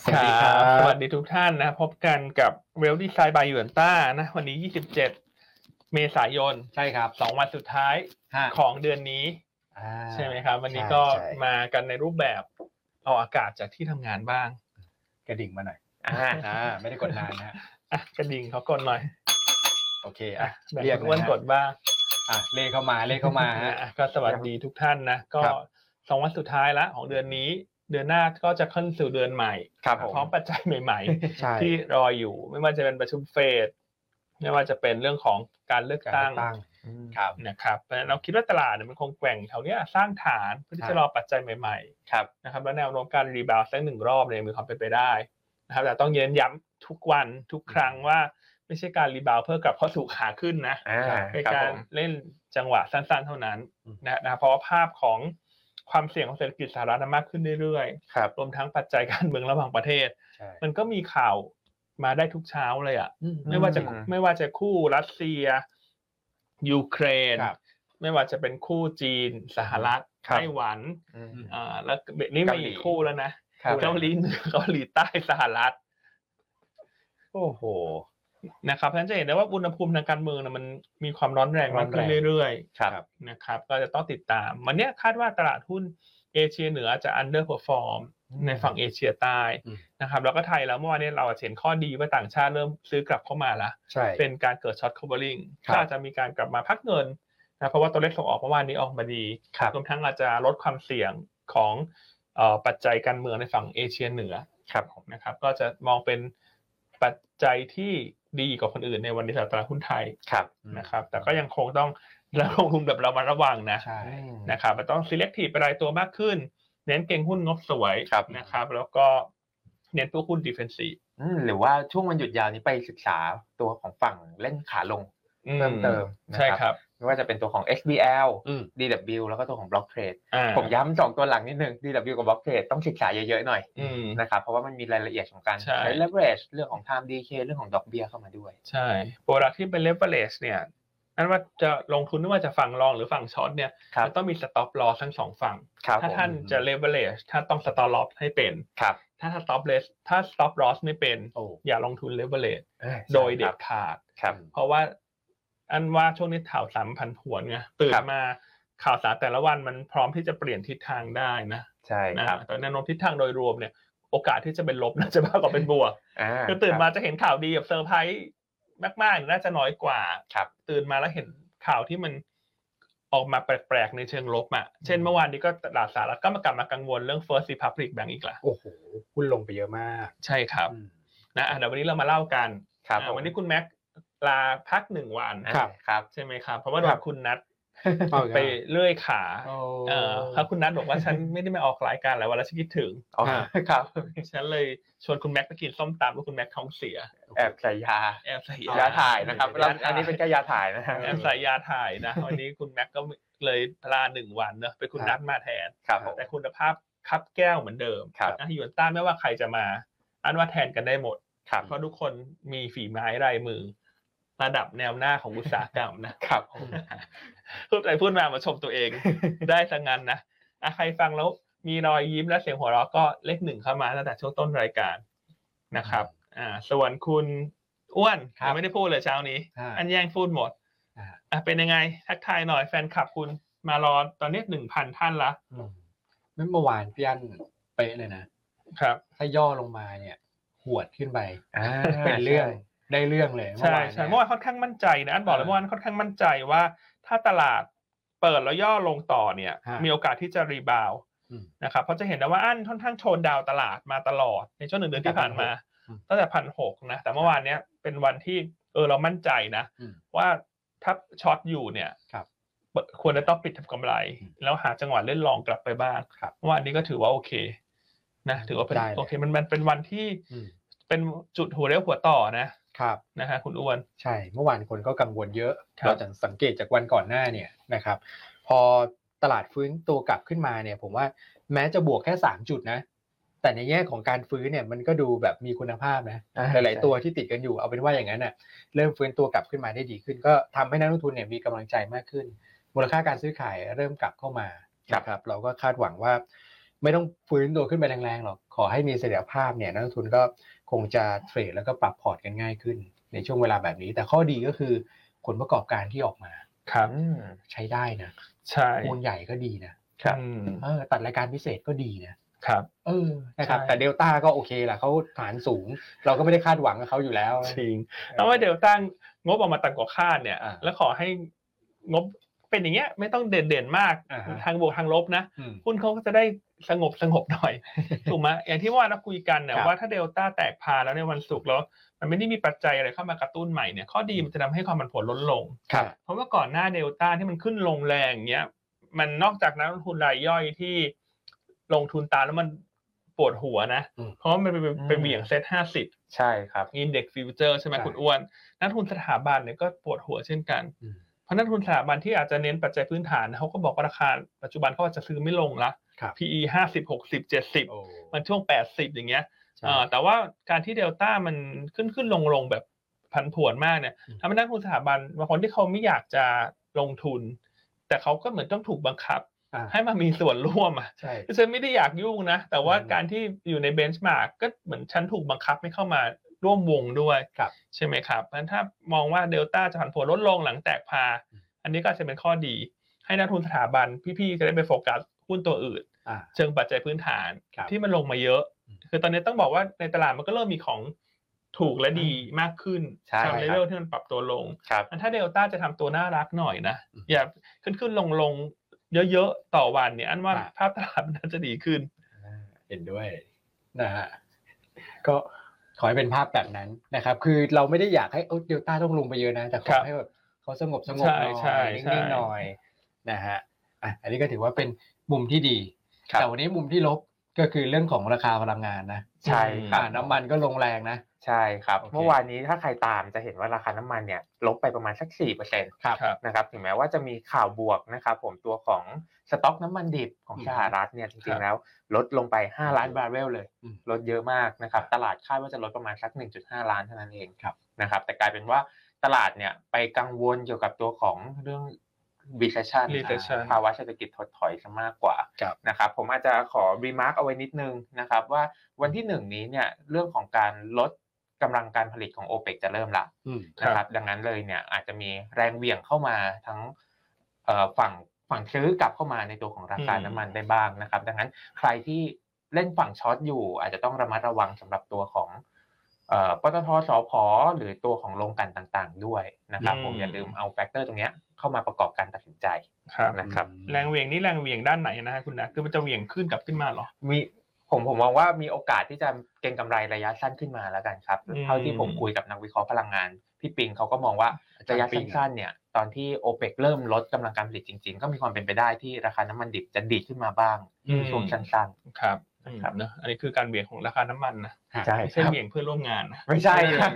สวัสดีครับสวัสดีทุกท่านนะพบกันกับ Well Design by หยวนต้านะวันนี้27เมษายนใช่ครับ 2วันสุดท้ายของเดือนนี้ใช่ไหมครับวันนี้ก็มากันในรูปแบบเอาอากาศจากที่ทำงานบ้างกระดิ่งมาหน่อยไม่ได้กดนานนะกระดิ่งเขากดหน่อยโอเคเรียกอ้วนกดบ้างเลขเข้ามาก็สวัสดีทุกท่านนะก็2วันสุดท้ายแล้วของเดือนนี้เดือนหน้าก็จะขึ้นสู่เดือนใหม่พร้อมปัจจัยใหม่ๆที่รออยู่ไม่ว่าจะเป็นประชุมเฟดไม่ว่าจะเป็นเรื่องของการเลือกตั้งนะครับเพราะฉะนั้นเราคิดว่าตลาดมันคงแกว่งแถวนี้สร้างฐานเพื่อที่จะรอปัจจัยใหม่ๆนะครับแล้วแนวโน้มการรีบาวด์สักหนึ่งรอบเนี่ยมีความเป็นไปได้นะครับแต่ต้องเน้นย้ำทุกวันทุกครั้งว่าไม่ใช่การรีบาวด์เพื่อกลับเข้าสู่ขาขึ้นนะเป็นการเล่นจังหวะสั้นๆเท่านั้นนะเพราะว่าภาพของความเสี่ยงของเศรษฐกิจสหรัฐมากขึ้นเรื่อยๆรวมทั้งปัจจัยการเมืองระหว่างประเทศมันก็มีข่าวมาได้ทุกเช้าเลยอ่ะไม่ว่าจะคู่รัสเซียยูเครนไม่ว่าจะเป็นคู่จีนสหรัฐไต้หวันแล้วนี่มีอีกคู่แล้วนะเกาหลีเหนือเกาหลีใต้สหรัฐโอ้โหนะครับเพราะฉะนั้นจะเห็นได้ว่าอุณหภูมิทางการเมืองมันมีความร้อนแรงมากขึ้นเรื่อยๆนะครับก็จะต้องติดตามวันนี้คาดว่าตลาดหุ้นเอเชียเหนือจะ underperform ในฝั่งเอเชียใต้นะครับแล้วก็ไทยแล้วเมื่อวานนี้เราเห็นข้อดีว่าต่างชาติเริ่มซื้อกลับเข้ามาแล้วเป็นการเกิดช็อตคัฟเวอริ่งก็จะมีการกลับมาพักเงินนะเพราะว่าตัวเลขส่งออกเมื่อวานนี้ออกมาดีรวมทั้งอาจจะลดความเสี่ยงของปัจจัยการเมืองในฝั่งเอเชียเหนือนะครับก็จะมองเป็นปัจจัยที่ดีกว่าคนอื่นในวันนี้สำหรับตลาดหุ้นไทยนะครับแต่ก็ยังคงต้องลงทุนแบบเรามาระวังนะนะครับมันต้อง selective ไปรายตัวมากขึ้นเน้นเก็งหุ้นงบสวยนะครับแล้วก็เน้นพวกหุ้น defensive หรือว่าช่วงวันหยุดยาวนี้ไปศึกษาตัวของฝั่งเล่นขาลงเพิ่มเติมนะครับไม่ว่าจะเป็นตัวของ SBL DW แล้วก็ตัวของ Block Trade ผมย้ำ2ตัวหลังนิดนึง DW กับ Block Trade ต้องศึกษาเยอะๆหน่อยนะครับเพราะว่ามันมีรายละเอียดของการใช้ leverage เรื่องของ time decay เรื่องของดอกเบี้ยเข้ามาด้วยใช่โปรดักที่เป็น leverage เนี่ยนั่นว่าจะลงทุนไม่ว่าจะฝั่งลองหรือฝั่งช็อตเนี่ยมันต้องมี stop loss ทั้งสองฝั่งถ้าท่านจะ leverage ถ้าต้อง stop loss ให้เป็นถ้า stop loss ไม่เป็นอย่าลงทุน leverage โดยเด็ดขาดเพราะว่าอันว่าช่วงนี้ข่าวสารพันผวนไงตื่นมาข่าวสารแต่ละวันมันพร้อมที่จะเปลี่ยนทิศทางได้นะใช่ครับแต่แนวโน้มทิศทางโดยรวมเนี่ยโอกาสที่จะเป็นลบน่าจะมากกว่าเป็นบวกคือตื่นมาจะเห็นข่าวดีแบบเซอร์ไพรส์มากๆน่าจะน้อยกว่าตื่นมาแล้วเห็นข่าวที่มันออกมาแปลกๆในเชิงลบอ่ะเช่นเมื่อวานนี้ก็ตลาดสหรัฐก็กลับมากังวลเรื่อง First Republic Bank อีกละโอ้โหหุ้นลงไปเยอะมากใช่ครับนะเดี๋ยววันนี้เรามาเล่ากันวันนี้คุณแม็กลาพัก1วันครับใช่ไหมครับเพราะว่าโดนคุณนัทไปเลื่อยขาครับคุณนัทบอกว่าฉันไม่ได้มาออกรายการหลายวันแล้วฉันคิดถึงครับฉันเลยชวนคุณแม็กไปกินส้มตำแล้วคุณแม็กท้องเสียแอบใส่ยาถ่ายนะครับอันนี้เป็นแค่ยาถ่ายนะแอบใส่ยาถ่ายนะวันนี้คุณแม็กก็เลยลา1วันเนอะไปคุณนัทมาแทนแต่คุณภาพคับแก้วเหมือนเดิมนะหยวนต้าไม่ว่าใครจะมาอันว่าแทนกันได้หมดเพราะทุกคนมีฝีไม้ลายมือระดับแนวหน้าของอุตสาหกรรมนะครับพูดไปพูดมาชมตัวเองได้ซะงั้นนะใครฟังแล้วมีรอยยิ้มและเสียงหัวเราะก็เลข1เข้ามาตั้งแต่ช่วงต้นรายการนะครับส่วนคุณอ้วนไม่ได้พูดเลยเช้านี้อันแย่งพูดหมดเป็นยังไงทักทายหน่อยแฟนคลับคุณมารอตอนนี้ 1,000 ท่านละเมื่อวานพี่อั้นเป๊ะเลยนะครับถ้าย่อลงมาเนี่ยหวดขึ้นไปเป็นเรื่องได้เรื่องเลยใช่ใช่เมื่อวานค่อนข้างมั่นใจนะอันบอกเลยเมื่อวานค่อนข้างมั่นใจว่าถ้าตลาดเปิดแล้วย่อลงต่อเนี่ยมีโอกาสที่จะรีบาวนะครับเพราะจะเห็นได้ว่าอันค่อนข้างโชนดาวตลาดมาตลอดในช่วง1 เดือนที่ผ่านมาตั้งแต่ 1,600 นะแต่เมื่อวานเนี้ยเป็นวันที่เรามั่นใจนะว่าถ้าช็อตอยู่เนี่ยควรจะต้องปิดทำกำไรแล้วหาจังหวะเล่นลองกลับไปบ้างเมื่อวานนี้ก็ถือว่าโอเคนะถือว่าเป็นโอเคมันเป็นวันที่เป็นจุดหัวเรี่ยวหัวต่อนะฮะคุณอ้วนใช่เมื่อวานคนก็กังวลเยอะเราจะสังเกตจากวันก่อนหน้าเนี่ยนะครับพอตลาดฟื้นตัวกลับขึ้นมาเนี่ยผมว่าแม้จะบวกแค่3จุดนะแต่ในแง่ของการฟื้นเนี่ยมันก็ดูแบบมีคุณภาพนะหลายๆตัวที่ติดกันอยู่เอาเป็นว่าอย่างนั้นน่ะเริ่มฟื้นตัวกลับขึ้นมาได้ดีขึ้นก็ทำให้นักลงทุนเนี่ยมีกำลังใจมากขึ้นมูลค่าการซื้อขายเริ่มกลับเข้ามานะครับเราก็คาดหวังว่าไม่ต้องฟื้นตัวขึ้นไปแรงๆหรอกขอให้มีเสถียรภาพเนี่ยนักลงทุนก็คงจะเทรดแล้วก็ปรับพอร์ตกันง่ายขึ้นในช่วงเวลาแบบนี้แต่ข้อดีก็คือผลประกอบการที่ออกมาครับใช้ได้นะใช่หุ้นใหญ่ก็ดีนะครับตัดรายการพิเศษก็ดีนะครับนะครับแต่เดลต้าก็โอเคแหละเขาฐานสูงเราก็ไม่ได้คาดหวังกับเขาอยู่แล้วจริงแล้วว่าเดลต้างบออกมาต่ำกว่าคาดเนี่ยแล้วขอให้งบเป็นอย่างเงี้ยไม่ต้องเด่นมากทางบวกทางลบนะหุ้นเขาก็จะได้สงบหน่อยถูกไหมอย่างที่ว่าเราคุยกันเนี่ยว่าถ้าเดลต้าแตกพาแล้วในวันศุกร์แล้วมันไม่ได้มีปัจจัยอะไรเข้ามากระตุ้นใหม่เนี่ยข้อดีมันจะทำให้ความผันผวนลดลงเพราะว่าก่อนหน้าเดลต้าที่มันขึ้นลงแรงเงี้ยมันนอกจากนักลงทุนรายย่อยที่ลงทุนตามแล้วมันปวดหัวนะเพราะว่ามันเป็นเบี่ยงเซ็ต50 ใช่ครับ Index Future ใช่ไหมคุณอ้วนนักทุนสถาบันเนี่ยก็ปวดหัวเช่นกันเพราะนักทุนสถาบันที่อาจจะเน้นปัจจัยพื้นฐานเขาก็บอกว่าราคาปัจจุบันเขาอาจจะซื้อไม่ลงละ PE 50 60 70มันช่วง80อย่างเงี้ยแต่ว่าการที่เดลต้ามันขึ้นลงแบบผันผวนมากเนี่ยทำให้นักทุนสถาบันบางคนที่เขาไม่อยากจะลงทุนแต่เขาก็เหมือนต้องถูกบังคับให้มามีส่วนร่วมฉันไม่ได้อยากยุ่งนะแต่ว่าการที่อยู่ในเบนช์มาร์กก็เหมือนฉันถูกบังคับให้เข้ามาร่วมวงด้วยใช่ไหมครับเพราะฉะนั้นถ้ามองว่าเดลต้าจะผันผวนลดลงหลังแตกพาอันนี้ก็จะเป็นข้อดีให้นักทุนสถาบันพี่ๆจะได้ไปโฟกัสหุ้นตัวอื่นเชิงปัจจัยพื้นฐานที่มันลงมาเยอะคือตอนนี้ต้องบอกว่าในตลาดมันก็เริ่มมีของถูกและดีมากขึ้นตามเลเวลที่มันปรับตัวลงถ้าเดลต้าจะทำตัวน่ารักหน่อยนะอย่าขึ้นลงเยอะๆต่อวันเนี่ยอันว่าภาพตลาดมันน่าจะดีขึ้นเห็นด้วยนะฮะก็ขอให้เป็นภาพแบบนั้นนะครับคือเราไม่ได้อยากให้เดลต้าต้องลงไปเยอะนะแต่ขอให้แบบเขาสงบหน่อยนิ่งๆหน่อยนะฮะอันนี้ก็ถือว่าเป็นมุมที่ดีแต่วันนี้มุมที่ลบก็คือเรื่องของราคาพลังงานนะใช่ครับน้ำมันก็ลงแรงนะใช่ครับเมื่อวานนี้ถ้าใครตามจะเห็นว่าราคาน้ำมันเนี่ยลบไปประมาณสัก 4% นะครับถึงแม้ว่าจะมีข่าวบวกนะครับผมตัวของสต็อกน้ำมันดิบของสหรัฐเนี่ยจริงๆแล้วลดลงไป5ล้านบาร์เรลเลยลดเยอะมากนะครับตลาดคาดว่าจะลดประมาณสัก 1.5 ล้านเท่านั้นเองนะครับแต่กลายเป็นว่าตลาดเนี่ยไปกังวลเกี่ยวกับตัวของเรื่องrecession ภาวะเศรษฐกิจถดถอยซะมากกว่านะครับผมอาจจะขอ remark เอาไว้นิดนึงนะครับว่าวันที่1นี้เนี่ยเรื่องของการลดกำลังการผลิตของ OPEC จะเริ่มละนะครับดังนั้นเลยเนี่ยอาจจะมีแรงเหวี่ยงเข้ามาทั้งฝั่งซื้อกลับเข้ามาในตัวของราคาน้ำมันได้บ้างนะครับดังนั้นใครที่เล่นฝั่งช็อตอยู่อาจจะต้องระมัดระวังสำหรับตัวของปตท.สผ.หรือตัวของโรงกลั่นต่างๆด้วยนะครับผมอย่าลืมเอาแฟกเตอร์ตรงนี้เข้ามาประกอบการตัดสินใจนะครับแรงเหวี่ยงนี่แรงเหวี่ยงด้านไหนนะฮะคุณนะคือมันจะเหวี่ยงขึ้นกลับขึ้นมาหรอมีผมมองว่ามีโอกาสที่จะเก็งกำไรระยะสั้นขึ้นมาแล้วกันครับเท่าที่ผมคุยกับนักวิเคราะห์พลังงานพี่ปิงเขาก็มองว่าระยะสั้นๆเนี่ยตอนที่ OPEC เริ่มลดกำลังการผลิตจริงๆก็มีความเป็นไปได้ที่ราคาน้ำมันดิบจะดีดขึ้นมาบ้างช่วงสั้นๆครับเนอะอันนี้คือการเหวี่ยงของราคาน้ำมันนะไม่ใช่เหวี่ยงเพื่อร่วมงานนะไม่ใช่ครับ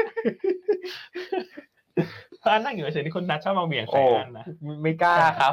ถ้านั่งอยู่เฉยๆนี่คนนัดชอบมาเหวี่ยงใส่กันนะไม่กล้าครับ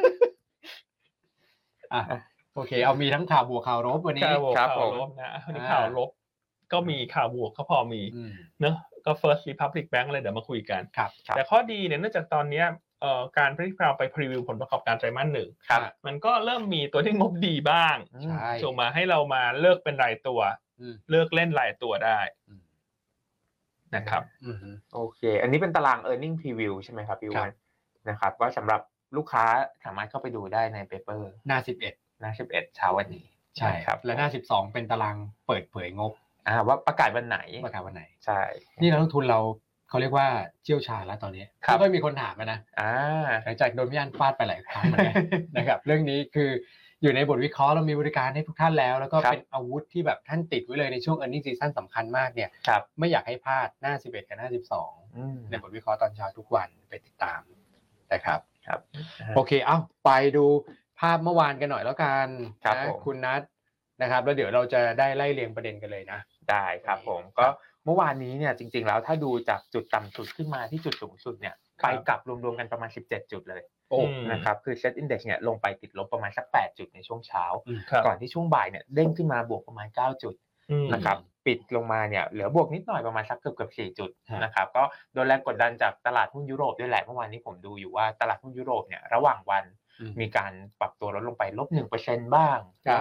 โอเคเอามีทั้งข่าวบวกข่าวลบวันนี้ข่าวลบนะวันนี้ข่าวลบก็มีข่าวบวกก็พอมีเนอะก็ First Republic Bank อะไรเดี๋ยวมาคุยกันแต่ข้อดีเนี่ยเนื่องจากตอนนี้การเราไปพรีวิวผลประกอบการไตรมาส1มันก็เริ่มมีตัวที่งบดีบ้างส่งมาให้เรามาเลิกเป็นรายตัวเลิกเล่นรายตัวได้นะครับโอเคอันนี้เป็นตาราง earning preview ใช่ไหมครับพี่วันนะครับว่าสำหรับลูกค้าสามารถเข้าไปดูได้ในเปเปอร์หน้า11 เช้าวันนี้ใช่ครับและหน้า12เป็นตารางเปิดเผยงบว่าประกาศวันไหนใช่นี่นักลงทุนเราเขาเรียกว่าเชี่ยวชาญแล้วตอนนี้ไม่ค่อยมีคนถามนะหลังจากโดนพี่อันฟาดไปหลายครั้งนะครับเรื่องนี้คืออยู่ในบทวิเคราะห์เรามีบริการให้ทุกท่านแล้วก็เป็นอาวุธที่แบบท่านติดไว้เลยในช่วง earning season สำคัญมากเนี่ยไม่อยากให้พลาดหน้า11กับหน้า12ในบทวิเคราะห์ตอนเช้าทุกวันไปติดตามนะครับโอเคไปดูภาพเมื่อวานกันหน่อยแล้วกันนะคุณนัทนะครับแล้วเดี๋ยวเราจะได้ไล่เรียงประเด็นกันเลยนะได้ครับผมก็เมื่อวานนี้เนี่ยจริงๆแล้วถ้าดูจากจุดต่ำสุดขึ้นมาที่จุดสูงสุดเนี่ยไปกลับรวมๆกันประมาณ17จุดเลยนะครับคือ Set Index เนี่ยลงไปติดลบประมาณสัก8จุดในช่วงเช้าก่อนที่ช่วงบ่ายเนี่ยเด้งขึ้นมาบวกประมาณ9จุดนะครับปิดลงมาเนี่ยเหลือบวกนิดหน่อยประมาณสักเกือบ4จุดนะครับก็โดนแรงกดดันจากตลาดหุ้นยุโรปด้วยแหละเมื่อวานนี้ผมดูอยู่ว่าตลาดหุ้นยุโรปเนี่ยระหว่างวันมีการปรับตัวลดลงไปลบ 1% บ้าง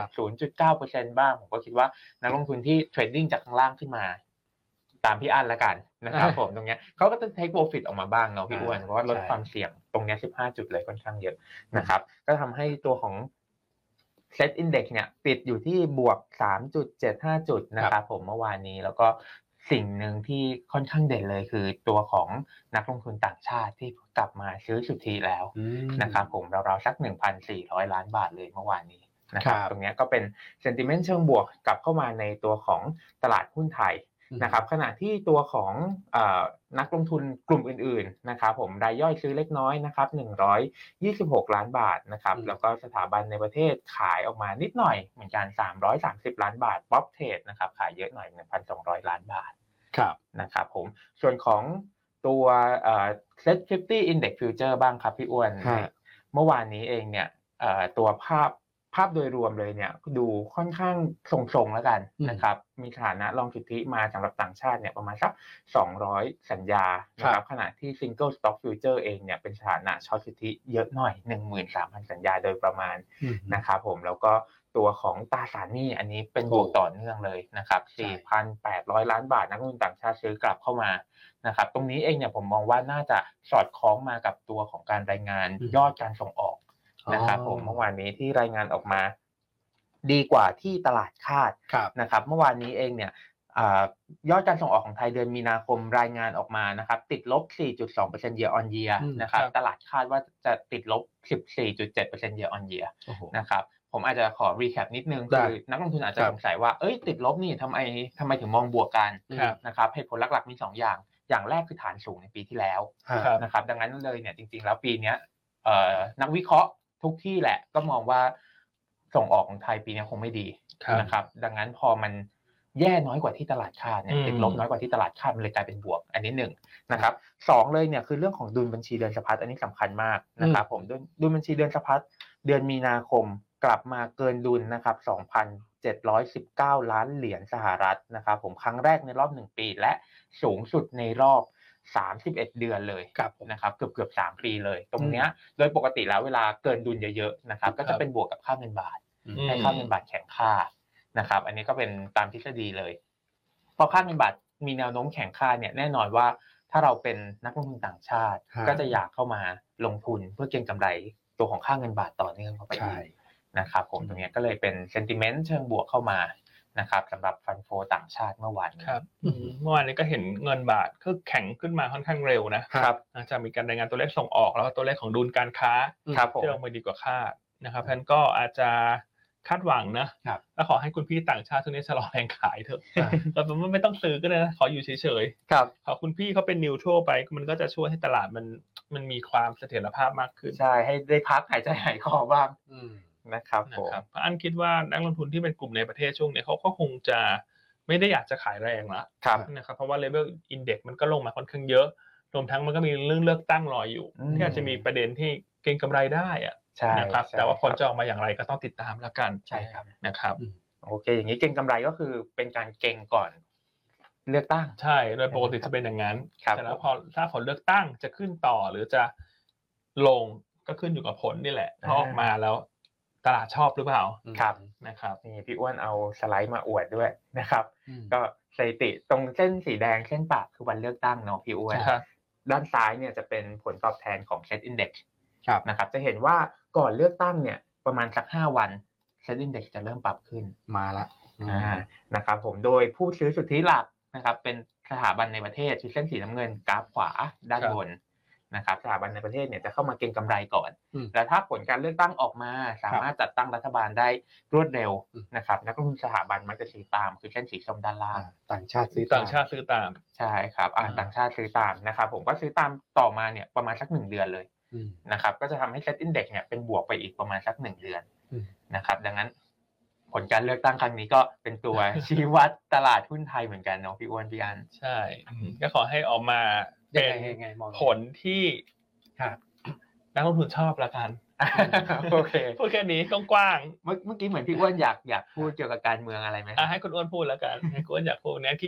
0.9% บ้างผมก็คิดว่านักลงทุนที่เทรดดิ้งจากข้างล่างขึ้นมาตามพี่อั้นละกันนะครับผมตรงเนี้ยเขาก็จะ take profit ออกมาบ้างเนาะพี่อ้วนเพราะว่าลดความเสี่ยงตรงเนี้ย15 จุดเลยค่อนข้างเยอะนะครับก็ทำให้ตัวของSet Index เนี่ยปิดอยู่ที่บวก 3.75 จุดนะครับผมเมื่อวานนี้แล้วก็สิ่งหนึ่งที่ค่อนข้างเด่นเลยคือตัวของนักลงทุนต่างชาติที่กลับมาซื้อสุทธิแล้วนะครับผมราวๆสัก 1,400 ล้านบาทเลยเมื่อวานนี้นะครับตรงนี้ก็เป็น sentiment เชิงบวกกลับเข้ามาในตัวของตลาดหุ้นไทยนะครับขณะที่ตัวของนักลงทุนกลุ่มอื่นๆนะครับผมรายย่อยซื้อเล็กน้อยนะครับ126 ล้านบาทนะครับแล้วก็สถาบันในประเทศขายออกมานิดหน่อยเหมือนกัน330 ล้านบาทป๊อปเทรดนะครับขายเยอะหน่อย 1,200 ล้านบาทนะครับผมส่วนของตัวSet 50 Index Future บ้างครับพี่อ้วนเมื่อวานนี้เองเนี่ยตัวภาพโดยรวมเลยเนี่ยดูค่อนข้างทรงๆแล้วกันนะครับมีฐานะลองสุทธิมาสำหรับต่างชาติเนี่ยประมาณสัก200สัญญานะครับขณะที่ Single Stock Future เองเนี่ยเป็นฐานะช็อตสุทธิเยอะหน่อย 13,000 สัญญาโดยประมาณนะครับผมแล้วก็ตัวของตราสารหนี้อันนี้เป็นบวกต่อเนื่องเลยนะครับ 4,800 ล้านบาทนักลงทุนต่างชาติซื้อกลับเข้ามานะครับตรงนี้เองเนี่ยผมมองว่าน่าจะสอดคล้องมากับตัวของการรายงานยอดการส่งออกนะครับผมเมื่อวานนี้ที่รายงานออกมาดีกว่าที่ตลาดคาดนะครับเมื่อวานนี้เองเนี่ยยอดการส่งออกของไทยเดือนมีนาคมรายงานออกมานะครับติดลบ 4.2% year on year นะครับตลาดคาดว่าจะติดลบ 14.7% year on year นะครับผมอาจจะขอ recap นิดนึงคือนักลงทุนอาจจะสงสัยว่าติดลบนี่ทำไมถึงมองบวกกันนะครับเหตุผลหลักๆมี2อย่างแรกคือฐานสูงในปีที่แล้วนะครับดังนั้นเลยเนี่ยจริงๆแล้วปีนี้นักวิเคราะห์ทุกที่แหละก็มองว่าส่งออกของไทยปีนี้คงไม่ดีนะครับดังนั้นพอมันแย่น้อยกว่าที่ตลาดคาดเนี่ยติดลบน้อยกว่าที่ตลาดคาดมันเลยกลายเป็นบวกอันนี้1นะครับ2เลยเนี่ยคือเรื่องของดุลบัญชีเดือนสะพัดอันนี้สำคัญมากนะครับผมดุลบัญชีเดือนสะพัดเดือนมีนาคมกลับมาเกินดุลนะครับ 2,719 ล้านเหรียญสหรัฐนะครับผมครั้งแรกในรอบ1ปีและสูงสุดในรอบ31เดือนเลยนะครับเกือบ3ปีเลยตรงเนี้ยโดยปกติแล้วเวลาเกินดุลเยอะๆนะครับก็จะเป็นบวกกับค่าเงินบาทให้ค่าเงินบาทแข็งค่านะครับอันนี้ก็เป็นตามทฤษฎีเลยพอค่าเงินบาทมีแนวโน้มแข็งค่าเนี่ยแน่นอนว่าถ้าเราเป็นนักลงทุนต่างชาติก็จะอยากเข้ามาลงทุนเพื่อเก็งกำไรตัวของค่าเงินบาทต่อเนื่องเข้าไปนะครับผมตรงนี้ก็เลยเป็นเซนติเมนต์เชิงบวกเข้ามานะครับสำหรับฟันโฟต่างชาติเมื่อวานนี้เมื่อวานนี้ก็เห็นเงินบาทก็แข็งขึ้นมาค่อนข้างเร็วนะครับจะมีการรายงานตัวเลขส่งออกแล้วก็ตัวเลขของดุลการค้าที่ออกมาดีกว่าคาดนะครับเพราะฉะนั้นก็อาจจะคาดหวังนะแล้วขอให้คุณพี่ต่างชาติทุกนี้ชะลอแรงขายเถอะแต่ผมไม่ต้องซื้อก็ได้นะขออยู่เฉยๆขอคุณพี่เขาเป็นนิวทรัลไปมันก็จะช่วยให้ตลาดมันมีความเสถียรภาพมากขึ้นใช่ให้ได้พักหายใจหายคอบ้างนะครับผมอันคิดว่านักลงทุนที่เป็นกลุ่มในประเทศช่วงนี้เขาก็คงจะไม่ได้อยากจะขายแรงละนะครับเพราะว่า level index มันก็ลงมาค่อนข้างเยอะรวมทั้งมันก็มีเรื่องเลือกตั้งรออยู่ที่อาจจะมีประเด็นที่เก็งกำไรได้อะนะครับแต่ว่าผลจะออกมาอย่างไรก็ต้องติดตามแล้วกันใช่ครับนะครับโอเคอย่างนี้เก็งกำไรก็คือเป็นการเก็งก่อนเลือกตั้งใช่โดยปกติจะเป็นอย่างนั้นแต่แล้วพอถ้าผลเลือกตั้งจะขึ้นต่อหรือจะลงก็ขึ้นอยู่กับผลนี่แหละพอออกมาแล้วตลาดชอบหรือเปล่าครับนะครับนี่พี่อ้วนเอาสไลด์มาอวดด้วยนะครับก็สถิติตรงเส้นสีแดงเส้นปากคือวันเลือกตั้งเนาะพี่อ้วนด้านซ้ายเนี่ยจะเป็นผลตอบแทนของ Set Index นะครับจะเห็นว่าก่อนเลือกตั้งเนี่ยประมาณสัก5วัน Set Index จะเริ่มปรับขึ้นมาละนะครับผมโดยผู้ซื้อสุทธิหลักนะครับเป็นสถาบันในประเทศที่เส้นสีน้ำเงินกราฟขวาด้านบนนะครับสถาบันในประเทศเนี่ยจะเข้ามาเก็งกำไรก่อนแล้วถ้าผลการเลือกตั้งออกมาสามารถจัดตั้งรัฐบาลได้รวดเร็วนะครับนักลงทุนสถาบันมักจะซื้อตามคือเส้นสีส้มด้านล่างต่างชาติซื้อตามใช่ครับต่างชาติซื้อตามนะครับผมก็ซื้อตามต่อมาเนี่ยประมาณสัก1เดือนเลยนะครับก็จะทำให้ Set Index เนี่ยเป็นบวกไปอีกประมาณสัก1เดือนนะครับดังนั้นผลการเลือกตั้งครั้งนี้ก็เป็นตัวชี้วัดตลาดหุ้นไทยเหมือนกันเนาะพี่อ้วนพี่อันใช่ก็ขอให้ออกมาเป็นผลที่นักลงทุนชอบละกันโอเคพูดแค่นี้กว้างๆเมื่อกี้เหมือนพี่อ้วนอยากพูดเกี่ยวกับการเมืองอะไรไหมให้คุณอ้วนพูดแล้วกันให้คุณอ้วนอยากพูดเนี่ยขี้เกียจ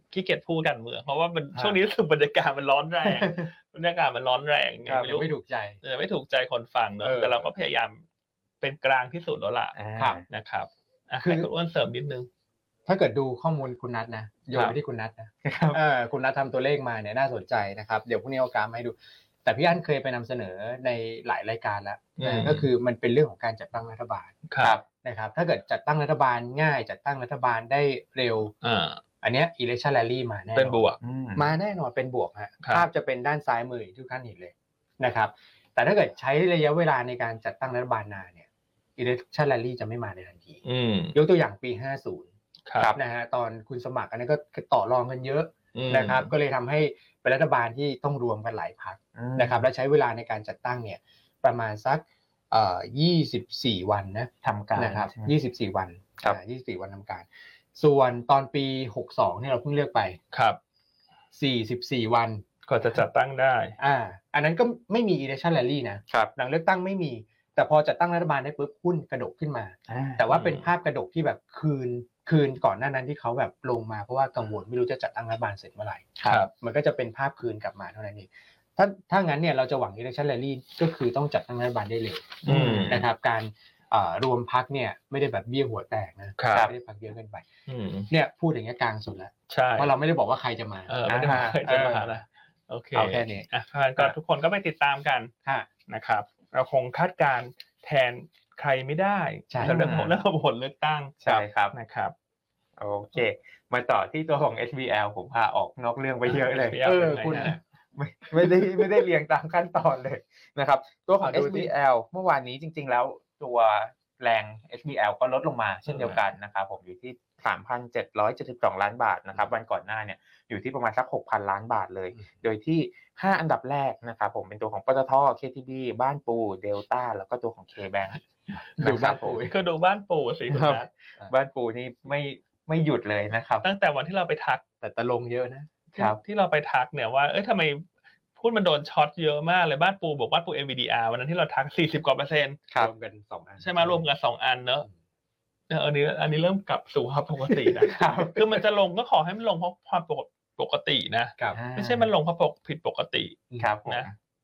ขี้เกียจพูดกันเมืองเพราะว่ามันช่วงนี้รู้สึกบรรยากาศมันร้อนแรงบรรยากาศมันร้อนแรงไม่ถูกใจไม่ถูกใจคนฟังเนอะแต่เราก็พยายามเป็นกลางที่สุดแล้วล่ะนะครับให้คุณอ้วนเสริมนิดนึงถ้าเกิดดูข้อมูลคุณนัทนะโยนไปที่คุณนัทนะคุณนัททำตัวเลขมาเนี่ยน่าสนใจนะครับเดี๋ยวพรุ่งนี้เอากราฟมาให้ดูแต่พี่อั้นเคยไปนำเสนอในหลายรายการแล้วก็คือมันเป็นเรื่องของการจัดตั้งรัฐบาลนะครับถ้าเกิดจัดตั้งรัฐบาลง่ายจัดตั้งรัฐบาลได้เร็วอันเนี้ย election rally มาแน่เป็นบวกมาแน่นอนเป็นบวกฮะภาพจะเป็นด้านซ้ายมือทุกท่านเห็นเลยนะครับแต่ถ้าเกิดใช้ระยะเวลาในการจัดตั้งรัฐบาลนานเนี่ย election rally จะไม่มาในทันทียกตัวอย่างปี50นะฮะตอนคุณสมัครอันนั้นก็ต่อรองกันเยอะนะครับก็เลยทำให้เป็นรัฐบาลที่ต้องรวมกันหลายพรรคนะครับและใช้เวลาในการจัดตั้งเนี่ยประมาณสัก24วันนะทำการนะครับ24วัน24วันทำการส่วนตอนปี62เนี่ยเราเพิ่งเลือกไปครับ44วันก็จะจัดตั้งได้อันนั้นก็ไม่มี election rally นะหลังเลือกตั้งไม่มีแต่พอจัดตั้งรัฐบาลได้ปุ๊บหุ้นกระโดดขึ้นมาแต่ว่าเป็นภาพกระโดดที่แบบคืนก่อนหน้านั้นที่เขาแบบลงมาเพราะว่ากังวลไม่รู้จะจัดตั้งรัฐบาลเสร็จเมื่อไหร่มันก็จะเป็นภาพคืนกลับมาเท่านั้นเองถ้างั้นเนี่ยเราจะหวัง election rally ก็คือต้องจัดตั้งรัฐบาลได้เร็วนะครับการรวมพรรคเนี่ยไม่ได้แบบเบี้ยหัวแตกนะไม่ได้พรรคเยอะเกินไปเนี่ยพูดอย่างเงี้ยกลางสุดแล้วเพราะเราไม่ได้บอกว่าใครจะมาไม่ได้จะมานะโอเคเอาแค่นี้ก็ทุกคนก็ไปติดตามกันนะครับเราคงคาดการแทนใครไม่ได้แต่เรื่องผลเลือกตั้งใช่ครับนะครับโอเคมาต่อที่ตัวของ HBL ผมพาออกนอกเรื่องไปเยอะเลยคุณไม่ได้เรียงตามขั้นตอนเลยนะครับตัวของ HBL เมื่อวานนี้จริงๆแล้วตัวแรง HBL ก็ลดลงมาเช่นเดียวกันนะครับผมอยู่ที่ 3,772 ล้านบาทนะครับวันก่อนหน้าเนี่ยอยู่ที่ประมาณสัก 6,000 ล้านบาทเลยโดยที่5อันดับแรกนะครับผมเป็นตัวของปตท KTB บ้านปูเดลต้าแล้วก็ตัวของ K-Bank ดูบ้านปูก็ดูบ้านปูสิครับบ้านปูนี่ไม่หยุดเลยนะครับตั้งแต่วันที่เราไปทักแต่ตะลงเยอะนะที่เราไปทักเนี่ยว่าทำไมพูดมันโดนช็อตเยอะมากเลยบ้านปูบอกบ้านปู NVDR วันนั้นที่เราทัก40กว่า% รวมกัน2อันใช่มั้ยรวมกัน2อันเนอะอันนี้เริ่มกลับสู่ภาวะปกตินะครับคือมันจะลงก็ขอให้มันลงเพราะความปกตินะไม่ใช่มันลงเพราะผิดปกติครับนะ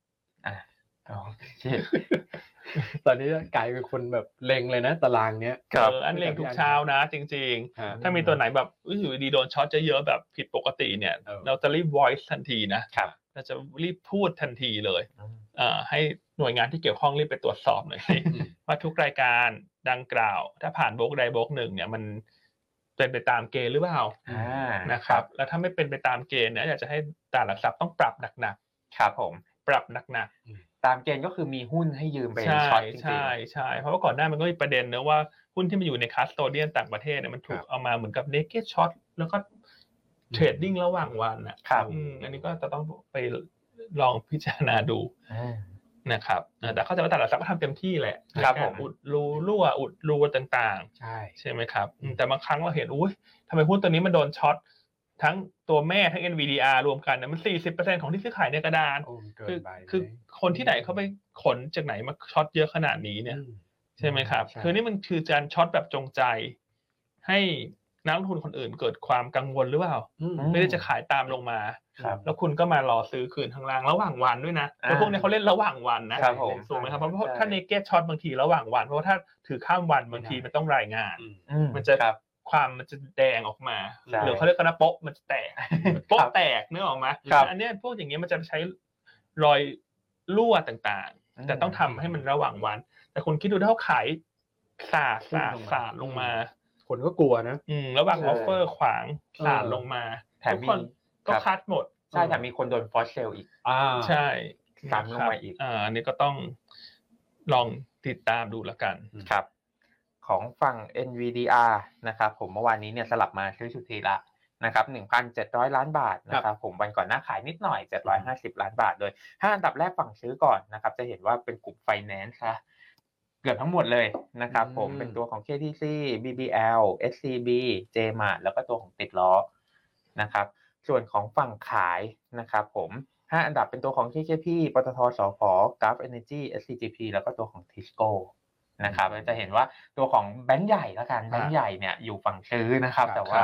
ตอนนี้กลายเป็นคนแบบเล็งเลยนะตารางเนี้ยอันเล็งทุกเช้านะจริงๆถ้ามีตัวไหนแบบอยู่ดีโดนช็อตเยอะแบบผิดปกติเนี่ยเราจะรีบ voice ทันทีนะเราจะรีบพูดทันทีเลยให้หน่วยงานที่เกี่ยวข้องรีบไปตรวจสอบหน่อยว่าทุกรายการดังกล่าวถ้าผ่านบล็อกใดบล็อกหนึ่งเนี่ยมันเป็นไปตามเกณฑ์หรือเปล่านะครับแล้วถ้าไม่เป็นไปตามเกณฑ์เนี่ยอยากจะให้ตลาดหลักทรัพย์ต้องปรับหนักๆครับผมปรับหนักๆตามเกณฑ์ก็คือมีหุ้นให้ยืมไปช็อตจริงๆใช่เพราะว่าก่อนหน้ามันก็มีประเด็นนะว่าหุ้นที่มันอยู่ในคัสโตเดียนต่างประเทศเนี่ยมันถูกเอามาเหมือนกับเนเก็ตช็อตแล้วก็เทรดดิ้งระหว่างวันน่ะอันนี้ก็จะต้องไปลองพิจารณาดูนะครับแต่เข้าใจว่าตลาดหลักทรัพย์ก็ทำเต็มที่แหละครับผมอุดรูต่างๆใช่ไหมครับแต่บางครั้งเราเห็นอุ้ยทำไมหุ้นตัวนี้มันโดนช็อตทั้งตัวแม่ทั้ง NVDR รวมกันเนี่ยมัน 40% ของที่ซื้อขายในกระดานคือคนที่ไหนเขาไปขนจากไหนมาช็อตเยอะขนาดนี้เนี่ยใช่ไหมครับคือนี่มันคือการช็อตแบบจงใจให้นักลงทุนคนอื่นเกิดความกังวลหรือเปล่าไม่ได้จะขายตามลงมาแล้วคุณก็มารอซื้อคืนข้างล่างระหว่างวันด้วยนะแล้วพวกนี้เขาเล่นระหว่างวันนะถูกไหมครับเพราะถ้าเนเก็ตช็อตบางทีระหว่างวันเพราะถ้าถือข้ามวันบางทีมันต้องรายงานมันจะความมันจะแดงออกมาหรือเขาเรียกกันนะโป๊ะมันจะแตกโป๊ะแตกนึกออกไหมอันนี้พวกอย่างเงี้ยมันจะใช้รอยรั่วต่างๆแต่ต้องทำให้มันระหว่างวันแต่คุณคิดดูถ้าเขาขายสาดลงมาคนก็กลัวนะระหว่างออฟเฟอร์ขวางสาดลงมาทุกคนก็คัดหมดใช่แต่มีคนโดนฟอสเซลอีกใช่ซ้ำลงมาอีกอันนี้ก็ต้องลองติดตามดูแล้วกันครับของฝั่ง NVDR นะครับผมเมื่อวานนี้เนี่ยสลับมาซื้อสุทธิละนะครับ 1,700 ล้านบาทนะครับผมวันก่อนหน้าขายนิดหน่อย750ล้านบาทโดย5อันดับแรกฝั่งซื้อก่อนนะครับจะเห็นว่าเป็นกลุ่มไฟแนนซ์ซะเกือบทั้งหมดเลยนะครับผมเป็นตัวของ KTC BBL SCB JMart แล้วก็ตัวของติดล้อนะครับส่วนของฝั่งขายนะครับผม5อันดับเป็นตัวของ KKP ปตทสผ Gulf Energy SCGP แล้วก็ตัวของ Tisco นะครับจะเห็นว่าตัวของแบงค์ใหญ่ละกันแบงค์ใหญ่เนี่ยอยู่ฝั่งซื้อนะครับแต่ว่า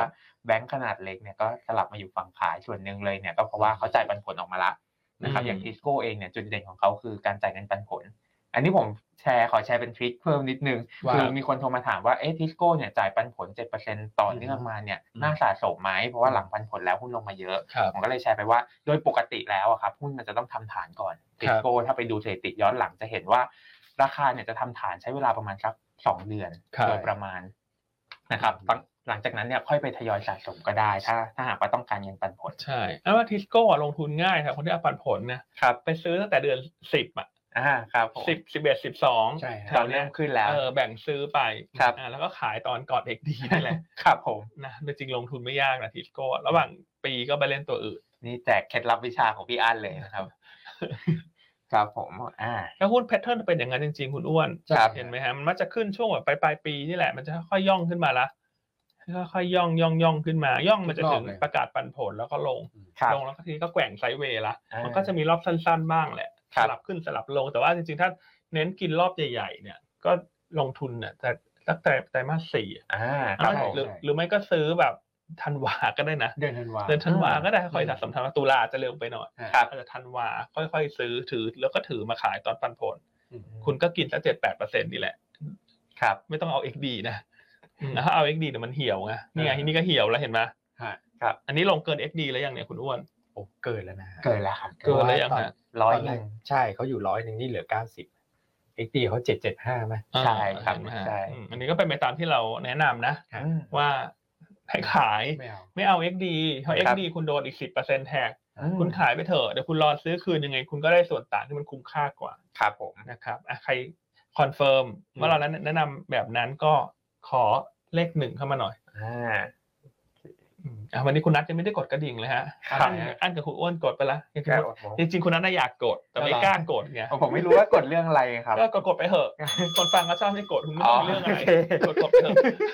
แบงก์ขนาดเล็กเนี่ยก็สลับมาอยู่ฝั่งขายส่วนหนึ่งเลยเนี่ยก็เพราะว่าเขาจ่ายปันผลออกมาละนะครับอย่างทิสโก้เองเนี่ยจุดเด่นของเขาคือการจ่ายเงินปันผลอันนี้ผมขอแชร์เป็นทริคเพิ่มนิดนึงคือมีคนโทรมาถามว่าทิสโก้เนี่ยจ่ายปันผล 7% ต่อเนื่องมาเนี่ยน่าสะสมไหมเพราะว่าหลังปันผลแล้วหุ้นลงมาเยอะผมก็เลยแชร์ไปว่าโดยปกติแล้วครับหุ้นมันจะต้องทำฐานก่อนทิสโก้ถ้าไปดูสถิติย้อนหลังจะเห็นว่าราคาเนี่ยจะทำฐานใช้เวลาประมาณสัก2 เดือนโดยประมาณนะครับหลังจากนั้นเนี่ยค่อยไปทยอยสะสมก็ได้ถ้าหากว่าต้องการเงินปันผลใช่แล้วว่าทิสโก้ลงทุนง่ายครับคนที่เอาปันผลเนี่ยไปซื้อตั้งแต่เดือน10 ครับ 10 11 12 ใช่ตอนเริ่มขึ้นแล้วแบ่งซื้อไปแล้วก็ขายตอนก่อน XD นี่แหละครับผมนะจริงลงทุนไม่ยากนะทิสโก้ระหว่างปีก็ไปเล่นตัวอื่นนี่แจกเคล็ดลับวิชาของพี่อั้นเลยนะครับครับผมแล้วหุ้นแพทเทิร์นเป็นอย่างนั้นจริงๆคุณอ้วนเห็นไหมฮะมันมักจะขึ้นช่วงแบบปลายปีนี่แหละมันจะค่อยย่องขึ้นมาละค่อยย่องขึ้นมาย่องมันจะถึงประกาศปันผลแล้วก็ลงแล้วก็ทีนี้ก็แกว่งไซด์เวย์ละมันก็จะมีรอบสั้นๆบ้างแหละสลับขึ้นสลับลงแต่ว่าจริงๆถ้าเน้นกินรอบใหญ่ๆเนี่ยก็ลงทุนเนี่ยแต่ตั้งแต่ไตรมาส4หรือไม่ก็ซื้อแบบธันวาก็ได้นะเดือนธันวาก็ได้ค่อยสะสมธันวาตุลาจะเร็วไปหน่อยอาจจะธันวาค่อยๆซื้อถือแล้วก็ถือมาขายตอนปันผลคุณก็กินสัก 7-8% นี่แหละครับไม่ต้องเอา XD นะถ้าเอา XD เนี่ยมันเหี่ยวไงนี่ไงที่นี่ก็เหี่ยวแล้วเห็นไหมครับอันนี้ลงเกิน XD แล้วยังเนี่ยคุณอ้วนโอ้เกินแล้วนะเกินแล้วครับเกินแล้วยังฮะ 100ใช่เขาอยู่100นี่เหลือ90 XD เขา775มั้ยใช่ครับใช่อันนี้ก็เป็นไปตามที่เราแนะนำนะว่าให้ขายไม่เอา XD เพราะ XD คุณโดนอีก 10% แท็กคุณขายไปเถอะเดี๋ยวคุณรอซื้อคืนยังไงคุณก็ได้ส่วนต่างที่มันคุ้มค่ากว่าครับผมนะครับใครคอนเฟิร์มว่าเราแนะนำแบบนั้นก็ขอเลข1เข้ามาหน่อยวันนี้คุณนัทยังไม่ได้กดกระดิ่งเลยฮะอันกับคุณอ้วนกดไปแล้วจริงๆคุณนัทน่าอยากกดแต่ไม่กล้ากดไงผมไม่รู้ว่ากดเรื่องอะไรครับก็กดไปเถอะคนฟังก็ชอบให้กดคุณไม่ต้องเรื่องอะไรกดไปเถอะ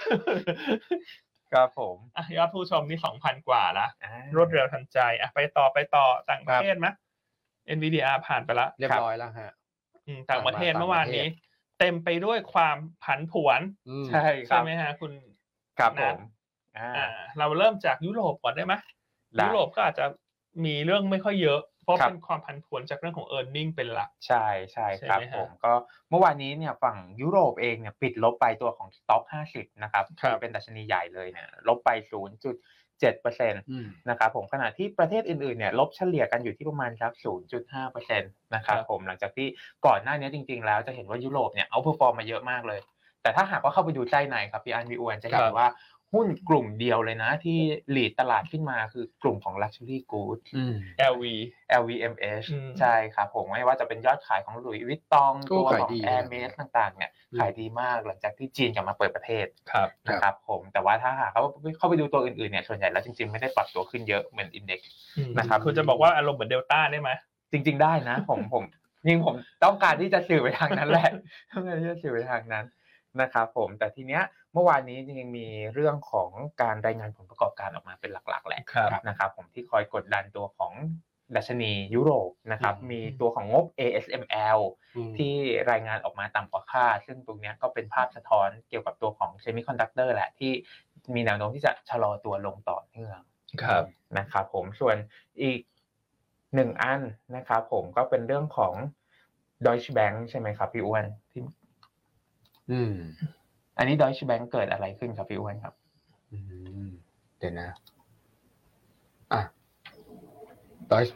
ครับผมยอดผู้ชมนี่ 2,000 กว่าละรวดเร็วทันใจไปต่อต่างประเทศมั้ย Nvidia ผ่านไปแล้วเรียบร้อยแล้วฮะต่างประเทศเมื่อวานนี้เต็มไปด้วยความผันผวนใช่ไหมฮะคุณครับผมเราเริ่มจากยุโรปก่อนได้ไหมยุโรปก็อาจจะมีเรื่องไม่ค่อยเยอะเพราะเป็นความผันผวนจากเรื่องของ earning เป็นหลักใช่ครับผมก็เมื่อวานนี้เนี่ยฝั่งยุโรปเองเนี่ยปิดลบไปตัวของ Stock 50นะครับเป็นดัชนีใหญ่เลยเนี่ยลบไป 0.7% นะครับผมขณะที่ประเทศอื่นๆเนี่ยลบเฉลี่ยกันอยู่ที่ประมาณสัก 0.5% นะครับผมหลังจากที่ก่อนหน้านี้จริงๆแล้วจะเห็นว่ายุโรปเนี่ยเอาท์เพอร์ฟอร์มมาเยอะมากเลยแต่ถ้าหากว่าเข้าไปดูใต้ในครับพี่อันพี่อ้วนจะเห็นว่าหุ้นกลุ่มเดียวเลยนะที่ลีดตลาดขึ้นมาคือกลุ่มของ Luxury Goods LVMH ใช่ครับผมไม่ว่าจะเป็นยอดขายของหลุยส์วิตตองตัวของ Hermes ต่างๆเนี่ยขายดีมากหลังจากที่จีนกลับมาเปิดประเทศนะครับผมแต่ว่าถ้าหากเข้าไปดูตัวอื่นๆเนี่ยส่วนใหญ่แล้วจริงๆไม่ได้ปรับตัวขึ้นเยอะเหมือน Index นะครับคุณจะบอกว่าอารมณ์เหมือนเดลต้าได้ไหมจริงๆได้นะผมต้องการที่จะสื่อไปทางนั้นแหละต้องการที่จะสื่อไปทางนั้นนะครับผมแต่ทีเนี้ยเมื่อวานนี้จริงๆมีเรื่องของการรายงานผลประกอบการออกมาเป็นหลักๆแหละนะครับผมที่คอยกดดันตัวของดัชนียุโรปนะครับมีตัวของงบ ASML ที่รายงานออกมาต่ำกว่าคาดซึ่งตรงนี้ก็เป็นภาพสะท้อนเกี่ยวกับตัวของเซมิคอนดักเตอร์แหละที่มีแนวโน้มที่จะชะลอตัวลงต่อเนื่องนะครับผมส่วนอีก1อันนะครับผมก็เป็นเรื่องของ Deutsche Bank ใช่ไหมครับพี่อ้วนที่อันนี้ Deutsche Bank เกิดอะไรขึ้นครับพี่อ้วนครับเดี๋ยวนะDeutsche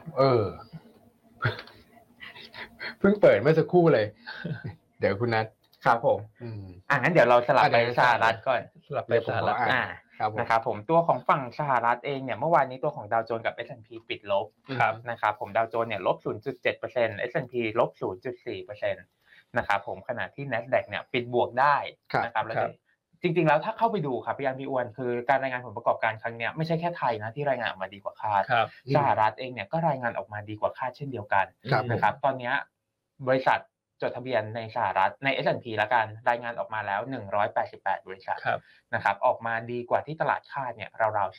เพิ่งเปิดเมื่อสักครู่เลยเดี๋ยวคุณนัทครับผมงั้นเดี๋ยวเราสลับไปสหรัฐก่อนสลับไปสหรัฐนะครับผมตัวของฝั่งสหรัฐเองเนี่ยเมื่อวานนี้ตัวของดาวโจนส์กับ S&P ปิดลบนะครับผมดาวโจนส์เนี่ยลบ 0.7% S&P ลบ 0.4%นะครับผมขณะที่ NASDAQ เนี่ยปิดบวกได้นะครับแล้วจริงๆแล้วถ้าเข้าไปดูครับพี่อันพี่อ้วนคือการรายงานผลประกอบการครั้งนี้ไม่ใช่แค่ไทยนะที่รายงานออกมาดีกว่าคาดสหรัฐเองเนี่ยก็รายงานออกมาดีกว่าคาดเช่นเดียวกันนะครับตอนนี้บริษัทจดทะเบียนในสหรัฐใน S&P ละกันรายงานออกมาแล้ว188บริษัทนะครับออกมาดีกว่าที่ตลาดคาดเนี่ยราวๆสัก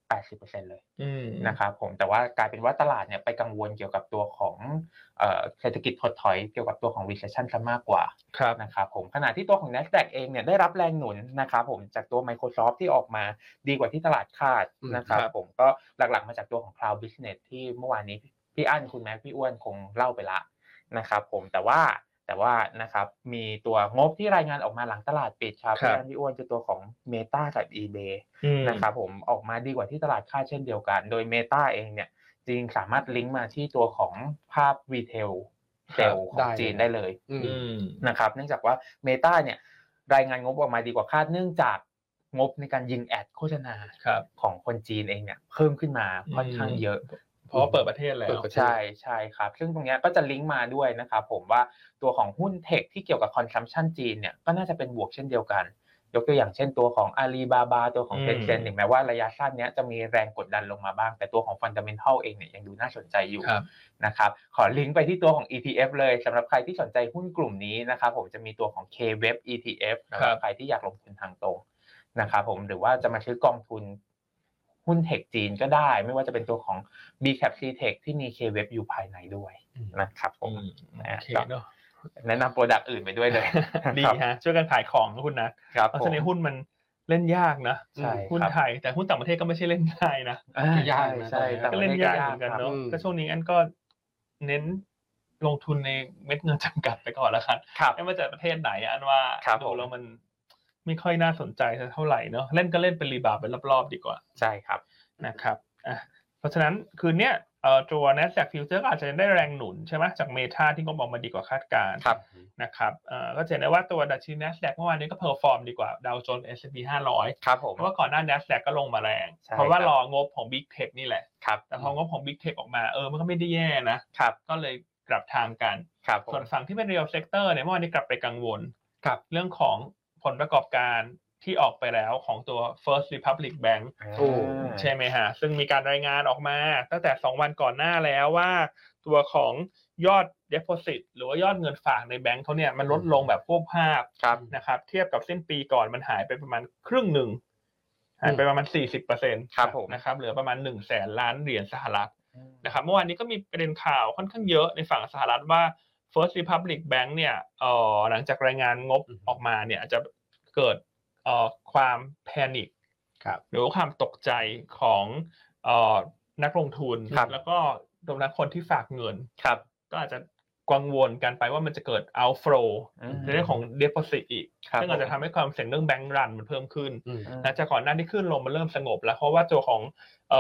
80%เลยนะครับผมแต่ว่ากลายเป็นว่าตลาดเนี่ยไปกังวลเกี่ยวกับตัวของเศรษฐกิจถดถอยเกี่ยวกับตัวของ recession ซะมากกว่านะครับผมขณะที่ตัวของ Nasdaq เองเนี่ยได้รับแรงหนุนนะครับผมจากตัว Microsoft ที่ออกมาดีกว่าที่ตลาดคาดนะครับผมก็หลักๆมาจากตัวของ Cloud Business ที่เมื่อวานนี้พี่อั้นคุณแม็กพี่อ้วนคงเล่าไปละนะครับผมแต่ว่านะครับมีตัวงบที่รายงานออกมาหลังตลาดปิดครับพี่อ้วนคือตัวของ Meta กับ eBay นะครับผมออกมาดีกว่าที่ตลาดคาดเช่นเดียวกันโดย Meta เองเนี่ยจริงสามารถลิงก์มาที่ตัวของภาพรีเทลเซลล์ของจีนได้เลยนะครับเนื่องจากว่า Meta เนี่ยรายงานงบออกมาดีกว่าคาดเนื่องจากงบในการยิงแอดโฆษณาของคนจีนเองเนี่ยเพิ่มขึ้นมาค่อนข้างเยอะเพราะเปิดประเทศแล้วใช่ครับซึ่งตรงนี้ก็จะลิงก์มาด้วยนะครับผมว่าตัวของหุ้นเทคที่เกี่ยวกับคอนซัมชันจีนเนี่ยก็น่าจะเป็นบวกเช่นเดียวกันยกตัวอย่างเช่นตัวของ Alibaba ตัวของ Tencent ถึงแม้ว่าระยะสั้นเนี้ยจะมีแรงกดดันลงมาบ้างแต่ตัวของ Fundamental เองเนี่ยยังดูน่าสนใจอยู่นะครับขอลิงก์ไปที่ตัวของ ETF เลยสำหรับใครที่สนใจหุ้นกลุ่มนี้นะครับผมจะมีตัวของ K-Web ETF สำหรับใครที่อยากลงทุนทางตรงนะครับผมหรือว่าจะมาซื้อกองทุนหุ้นเทคจีนก็ได้ไม่ว่าจะเป็นตัวของ BCAP C-Tech ที่มี K-Web อยู่ภายในด้วยนะครับผมแนะนำโปรดักต์อื่นไปด้วยเลยดีฮะช่วยกันขายของนะคุณนะเพราะฉะนั้นหุ้นมันเล่นยากนะหุ้นไทยแต่หุ้นต่างประเทศก็ไม่ใช่เล่นง่ายนะยากใช่ก็เล่นยากเหมือนกันเนาะก็ช่วงนี้อันก็เน้นลงทุนในเม็ดเงินจำกัดไปก่อนแล้วกันไม่ว่าจะประเทศไหนอันว่าดูแล้วมันไม่ค่อยน่าสนใจเท่าไหร่เนาะเล่นก็เล่นเป็นรีบาวเป็นรอบๆดีกว่าใช่ครับนะครับเพราะฉะนั้นคืนนี้ตัว Nasdaq Future อาจจะได้แรงหนุนใช่ไหมจาก Meta ที่งบออกมาดีกว่าคาดการณ์นะครับก็จะเห็นได้ว่าตัวดัชนี Nasdaq เมื่อวานนี้ก็เพอร์ฟอร์มดีกว่า Dow Jones S&P 500 ครับผมเพราะว่าก่อนหน้า Nasdaq ก็ลงมาแรงเพราะว่ารองบของ Big Tech นี่แหละแต่พองบของ Big Tech ออกมามันก็ไม่ได้แย่นะก็เลยกลับทางกันส่วนฝั่งที่เป็น Real Sector เนี่ยเมื่อวานนี้กลับไปกังวลเรื่องของผลประกอบการที่ออกไปแล้วของตัว First Republic Bank ใช่ไหมฮะซึ่งมีการรายงานออกมาตั้งแต่2วันก่อนหน้าแล้วว่าตัวของยอด deposit หรือว่ายอดเงินฝากในแบงก์เขาเนี่ยมันลดลงแบบพวกภาพนะครับเทียบกับสิ้นปีก่อนมันหายไปประมาณครึ่งหนึ่งหายไปประมาณ 40% ครับผมนะครับเหลือประมาณ 100,000 ล้านเหรียญสหรัฐนะครับเมื่อวานนี้ก็มีประเด็นข่าวค่อนข้างเยอะในฝั่งสหรัฐว่า First Republic Bank เนี่ยหลังจากรายงานงบออกมาเนี่ยอาจจะเกิดความแพนิคหรือว่าความตกใจของนักลงทุนแล้วก็รวมทั้งคนที่ฝากเงินก็อาจจะกังวลกันไปว่ามันจะเกิด outflow ในเรื่องของ deposit อีกซึ่งอาจจะทำให้ความเสี่ยงเรื่อง bank run มันเพิ่มขึ้นและจากก่อนหน้าที่ขึ้นลงมันเริ่มสงบแล้วเพราะว่าตัวของ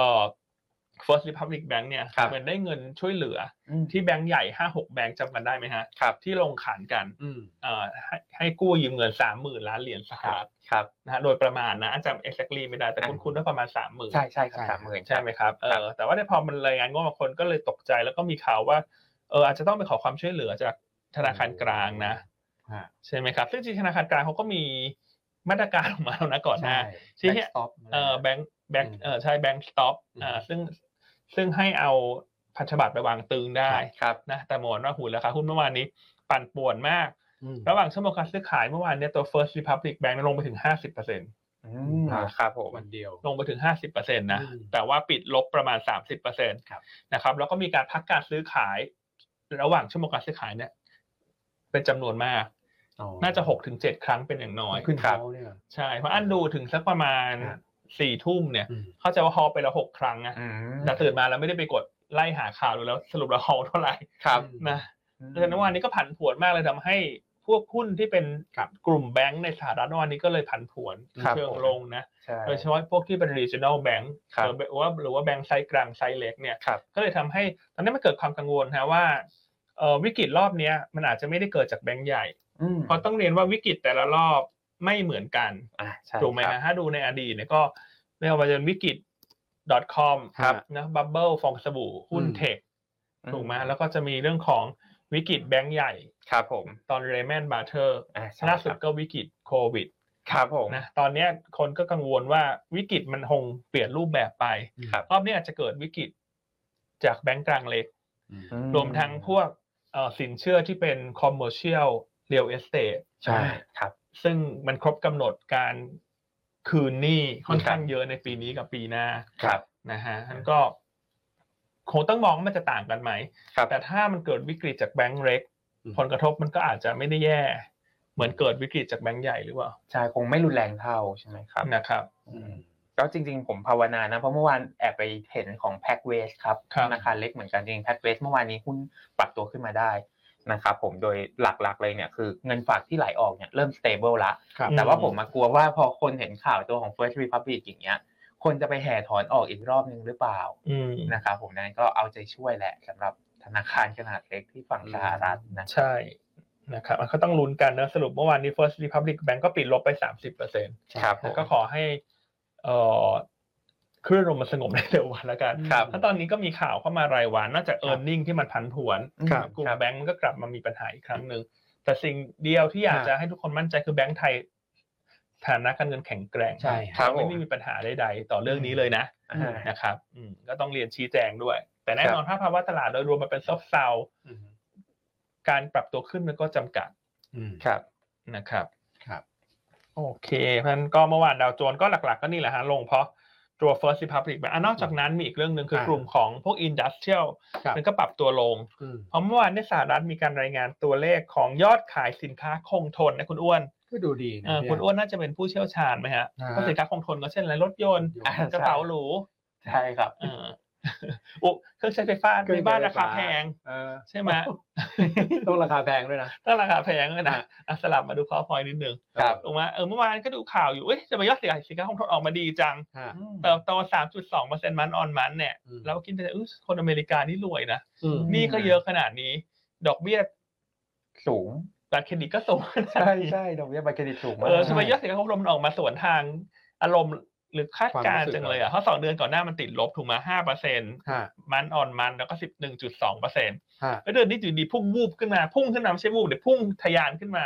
First Republic Bank เนี่ยเหมือนได้เงินช่วยเหลือที่แบงก์ใหญ่ 5-6 แบงก์จำกันได้ไหมฮะที่ลงขันกันให้กู้ยืมเงิน 30,000 ล้านเหรียญสหรัฐนะฮะโดยประมาณนะจำ exactly ไม่ได้แต่คุ้นๆว่าประมาณ 30,000 ใช่ครับ 30,000 ใช่ไหมครับแต่ว่าพอมันรายงานงบคนก็เลยตกใจแล้วก็มีข่าวว่าอาจจะต้องไปขอความช่วยเหลือจากธนาคารกลางนะใช่ไหมครับซึ่งธนาคารกลางเขาก็มีมาตรการออกมาแล้วนะก่อนหน้าที่แบงค์ใช่แบงค์สต็อปซึ่งให้เอาพันธบัตรไปวางตึงได้นะแต่หมอนว่าราคาหุ้นเมื่อวานนี้ปั่นป่วนมากระหว่างชั่วโมงการซื้อขายเมื่อวานนี้ตัว First Republic Bank ลงไปถึง 50% ครับผมวันเดียวลงไปถึง 50% นะแต่ว่าปิดลบประมาณ 30% นะครับแล้วก็มีการพักการซื้อขายระหว่างชั่วโมงการซื้อขายเนี่ยเป็นจำนวนมากน่าจะ 6-7 ครั้งเป็นอย่างน้อยขึ้นเขาเนี่ยใช่เพราะอันดูถึงสักประมาณ4 ทุ่มเนี่ยเข้าใจว่าฮอลไปแล้ว6 ครั้งนะแต่ตื่นมาแล้วไม่ได้ไปกดไล่หาข่าวดูแล้วสรุปแล้วฮอลเท่าไหร่นะดังนั้นวันนี้ก็ผันผวนมากเลยทำให้พวกหุ้นที่เป็นกลุ่มแบงก์ในสหรัฐวันนี้ก็เลยผันผวนเชิงลงนะโดยเฉพาะพวกที่เป็น regional bank หรือว่าแบงก์ไซส์กลางไซส์เล็กเนี่ยก็เลยทำให้ตอนนี้มันเกิดความกังวลนะว่าวิกฤตรอบนี้มันอาจจะไม่ได้เกิดจากแบงก์ใหญ่เพราะต้องเรียนว่าวิกฤตแต่ละรอบไม่เหมือนกันถูกไหมนะถ้าดูในอดีตเนี่ยก็ไม่ว่าจะเป็นวิกฤต .com นะบับเบิ้ลฟองสบู่หุ้นเทคถูกไหมแล้วก็จะมีเรื่องของวิกฤตแบงก์ใหญ่ครับผมตอนเรแมนบาร์เทอร์ล่าสุดก็วิกฤตโควิดครับผมนะตอนนี้คนก็กังวลว่าวิกฤตมันคงเปลี่ยนรูปแบบไปรอบนี้อาจจะเกิดวิกฤตจากแบงก์กลางเล็กรวมทั้งพวกสินเชื่อที่เป็น commercial real estate ใช่ครับซึ่งมันครบกำหนดการคืนหนี้ค่อนข้างเยอะในปีนี้กับปีหน้านะฮะท่านก็คงต้องมองว่ามันจะต่างกันไหมแต่ถ้ามันเกิดวิกฤตจากแบงก์เล็กผลกระทบมันก็อาจจะไม่ได้แย่เหมือนเกิดวิกฤตจากแบงก์ใหญ่หรือเปล่าใช่คงไม่รุนแรงเท่าใช่ไหมครับนะครับก็จริงๆผมภาวนานะเพราะเมื่อวานแอบไปเห็นของแพ็คเวสครับธนาคารเล็กเหมือนกันจริงแพ็คเวสเมื่อวานนี้หุ้นปรับตัวขึ้นมาได้นะครับผมโดยหลักๆเลยเนี่ยคือเงินฝากที่ไหลออกเนี่ยเริ่ม stable ละแต่ว่าผมกลัวว่าพอคนเห็นข่าวตัวของ First Republic อย่างเงี้ยคนจะไปแห่ถอนออกอีกรอบนึงหรือเปล่านะครับผมนั้นก็เอาใจช่วยแหละสำหรับธนาคารขนาดเล็กที่ฝั่งสหรัฐนะใช่นะครับมันก็ต้องลุ้นกันนะสรุปเมื่อวานนี้ First Republic Bank ก็ปิดลบไป 30% ครับก็ขอให้คลื่นลมมันสงบในเร็ววันแล้วกันถ้าตอนนี้ก็มีข่าวเข้ามารายวันนอกจาก earning ที่มันผันผวนกลุ่มแบงก์มันก็กลับมามีปัญหาอีกครั้งนึงแต่สิ่งเดียวที่อยากจะให้ทุกคนมั่นใจคือแบงก์ไทยฐานะการเงินแข็งแกร่งไม่มีปัญหาใดๆต่อเรื่องนี้เลยนะครับก็ต้องเรียนชี้แจงด้วยแต่แน่นอนภาวะตลาดโดยรวมมันเป็นซอฟต์เซลการปรับตัวขึ้นมันก็จำกัดนะครับโอเคเพราะฉะนั้นก็เมื่อวานดาวโจนส์ก็หลักๆก็นี่แหละฮะลงเพราะตัว First Republic นอกจากนั้นมีอีกเรื่องนึงคือกลุ่มของพวก Industrial มันก็ปรับตัวลงเพราะเมื่อวานในสหรัฐมีการรายงานตัวเลขของยอดขายสินค้าคงทนนะคุณอ้วนก็ดูดีนะคุณอ้วนน่าจะเป็นผู้เชี่ยวชาญไหมฮะเพราะสินค้าคงทนก็เช่นอะไรรถยนต์กระเป๋าหรูใช่ครับเครื่องใช้ไฟฟ้าในบ้านราคาแพงใช่ไหมต้องราคาแพงด้วยนะต้องราคาแพงด้วยนะสลับมาดูข้อพอยนิดนึงถูกไหมเมื่อวานก็ดูข่าวอยู่จะไปยอดสินค้าคงทนออกมาดีจังเติบโต 3.2% มันออนมันเนี่ยแล้วคิดไปคนอเมริกานี่รวยนะนี่ก็เยอะขนาดนี้ดอกเบี้ยสูงบัตรเครดิตก็สูงใช่ดอกเบี้ยบัตรเครดิตสูงมากทำไมยอดสินค้าคงทนออกมาสวนทางอารมณ์หรือคาดการณ์จังเลยเพราะ2เดือนก่อนหน้ามันติดลบถูกมา 5% มันออนมันแล้วก็ 11.2% แล้วเดือนนี้อยู่ดีพุ่งวูบขึ้นมาพุ่งขึ้นมาไม่ใช่วูบเดี๋ยวพุ่งทะยานขึ้นมา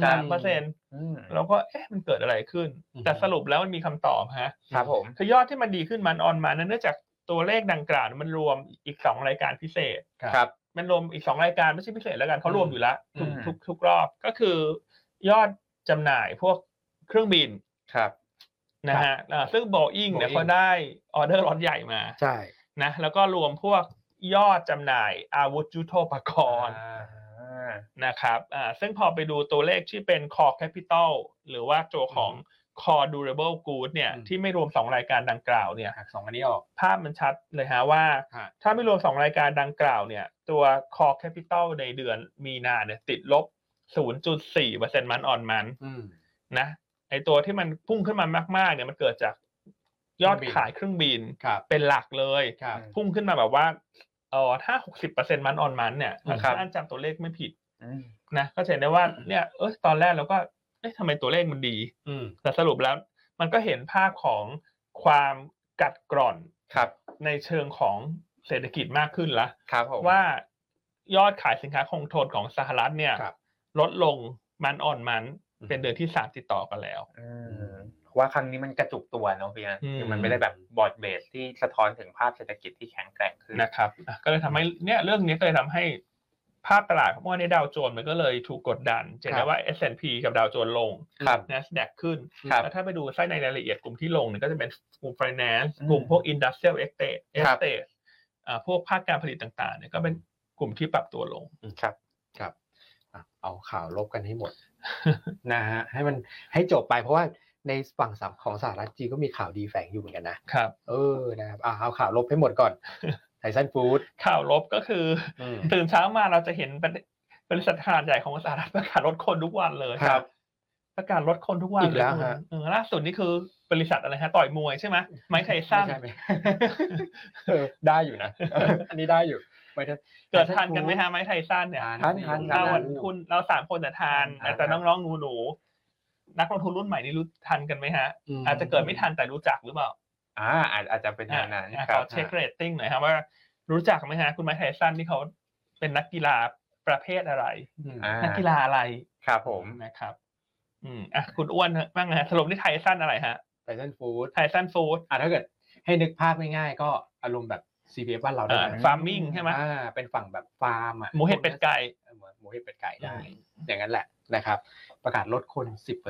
3% แล้วก็มันเกิดอะไรขึ้นแต่สรุปแล้วมันมีคำตอบครับผมคือยอดที่มันดีขึ้นมันออนมันเนื่องจากตัวเลขดังกล่าวมันรวมอีก2รายการพิเศษครับมันรวมอีก2รายการไม่ใช่พิเศษแล้วกันเขารวมอยู่แล้วทุกรอบก็คือยอดจำหน่ายพวกเครื่องบินครับนะฮะซึ่ง Boeing เนี่ยเขาได้ออเดอร์ล็อตใหญ่มาใช่นะแล้วก็รวมพวกยอดจำหน่ายอาวุธยุทโธปกรณ์นะครับซึ่งพอไปดูตัวเลขที่เป็น Core Capital หรือว่าตัวของ Core Durable Goods เนี่ยที่ไม่รวม2รายการดังกล่าวเนี่ย 2อันนี้ออกภาพมันชัดเลยฮะว่าถ้าไม่รวม2รายการดังกล่าวเนี่ยตัว Core Capital ในเดือนมีนาเนี่ยติดลบ 0.4% มันออนมันนะไอตัวที่มันพุ่งขึ้นมามากๆเนี่ยมันเกิดจากยอดขายเครื่องบินเป็นหลักเลยพุ่งขึ้นมาแบบว่าถ้า 60% มันออนมันเนี่ยถ้าอันจำตัวเลขไม่ผิดนะก็เห็นได้ว่าเนี่ยตอนแรกเราก็ทำไมตัวเลขมันดีแต่สรุปแล้วมันก็เห็นภาพของความกัดกร่อนในเชิงของเศรษฐกิจมากขึ้นละว่ายอดขายสินค้าคงทนของสหรัฐเนี่ยลดลงมันออนมันเป็นเดือนที่3ติดต่อกันแล้วว่าครั้งนี้มันกระจุกตัวเนาะพี่นะคือมันไม่ได้แบบบอร์ดเบสที่สะท้อนถึงภาพเศรษฐกิจที่แข็งแกร่งขึ้นนะครับก็เลยทำให้เนี่ยเรื่องนี้ก็เลยทำให้ภาพตลาดเพราะว่าในดาวโจนส์มันก็เลยถูกกดดันเห็นได้ว่า S&P กับดาวโจนส์ลง NASDAQ ขึ้นแล้วถ้าไปดูไส้ในรายละเอียดกลุ่มที่ลงเนี่ยก็จะเป็นกลุ่ม Finance กลุ่มพวก Industrial Estate พวกภาคการผลิตต่างๆเนี่ยก็เป็นกลุ่มที่ปรับตัวลงครับเอาข่าวลบกันให้หมดนะฮะให้จบไปเพราะว่าในฝั่งของสหรัฐจีนก็มีข่าวดีแฝงอยู่เหมือนกันนะครับนะครับเอาข่าวลบให้หมดก่อนไทซันฟู้ดข่าวลบก็คือตื่นเช้ามาเราจะเห็นบริษัทขนาดใหญ่ของสหรัฐประกาศลดคนทุกวันเลยครับประกาศลดคนทุกวันอีกแล้วฮะล่าสุดนี่คือบริษัทอะไรฮะต่อยมวยใช่ไหมไมค์ไทสันได้อยู่นะอันนี้ได้อยู่เกิดทานกันไหมฮะไมค์ไทสันเนี่ยทานคุณเรา3คนจะทานแต่น้องๆหนูนักลงทุนรุ่นใหม่นี่รู้ทันกันไหมฮะอาจจะเกิดไม่ทันแต่รู้จักหรือเปล่าอาจจะเป็นอย่างนั้นขอเช็คเรตติ้งหน่อยครับว่ารู้จักไหมฮะคุณไมค์ไทสันที่เขาเป็นนักกีฬาประเภทอะไรนักกีฬาอะไรครับผมนะครับคุณอ้วนบ้างฮะสรุปนี่ไทสันอะไรฮะไทซันฟู้ดถ้าเกิดให้นึกภาพง่ายๆก็อารมณ์แบบ CPF บ้านเราได้ฟาร์มมิ่งใช่ไหมเป็นฝั่งแบบฟาร์มหมูเห็ดเป็ดไก่หมูเห็ดเป็ดไก่ได้อย่างนั้นแหละนะครับประกาศลดคน 10%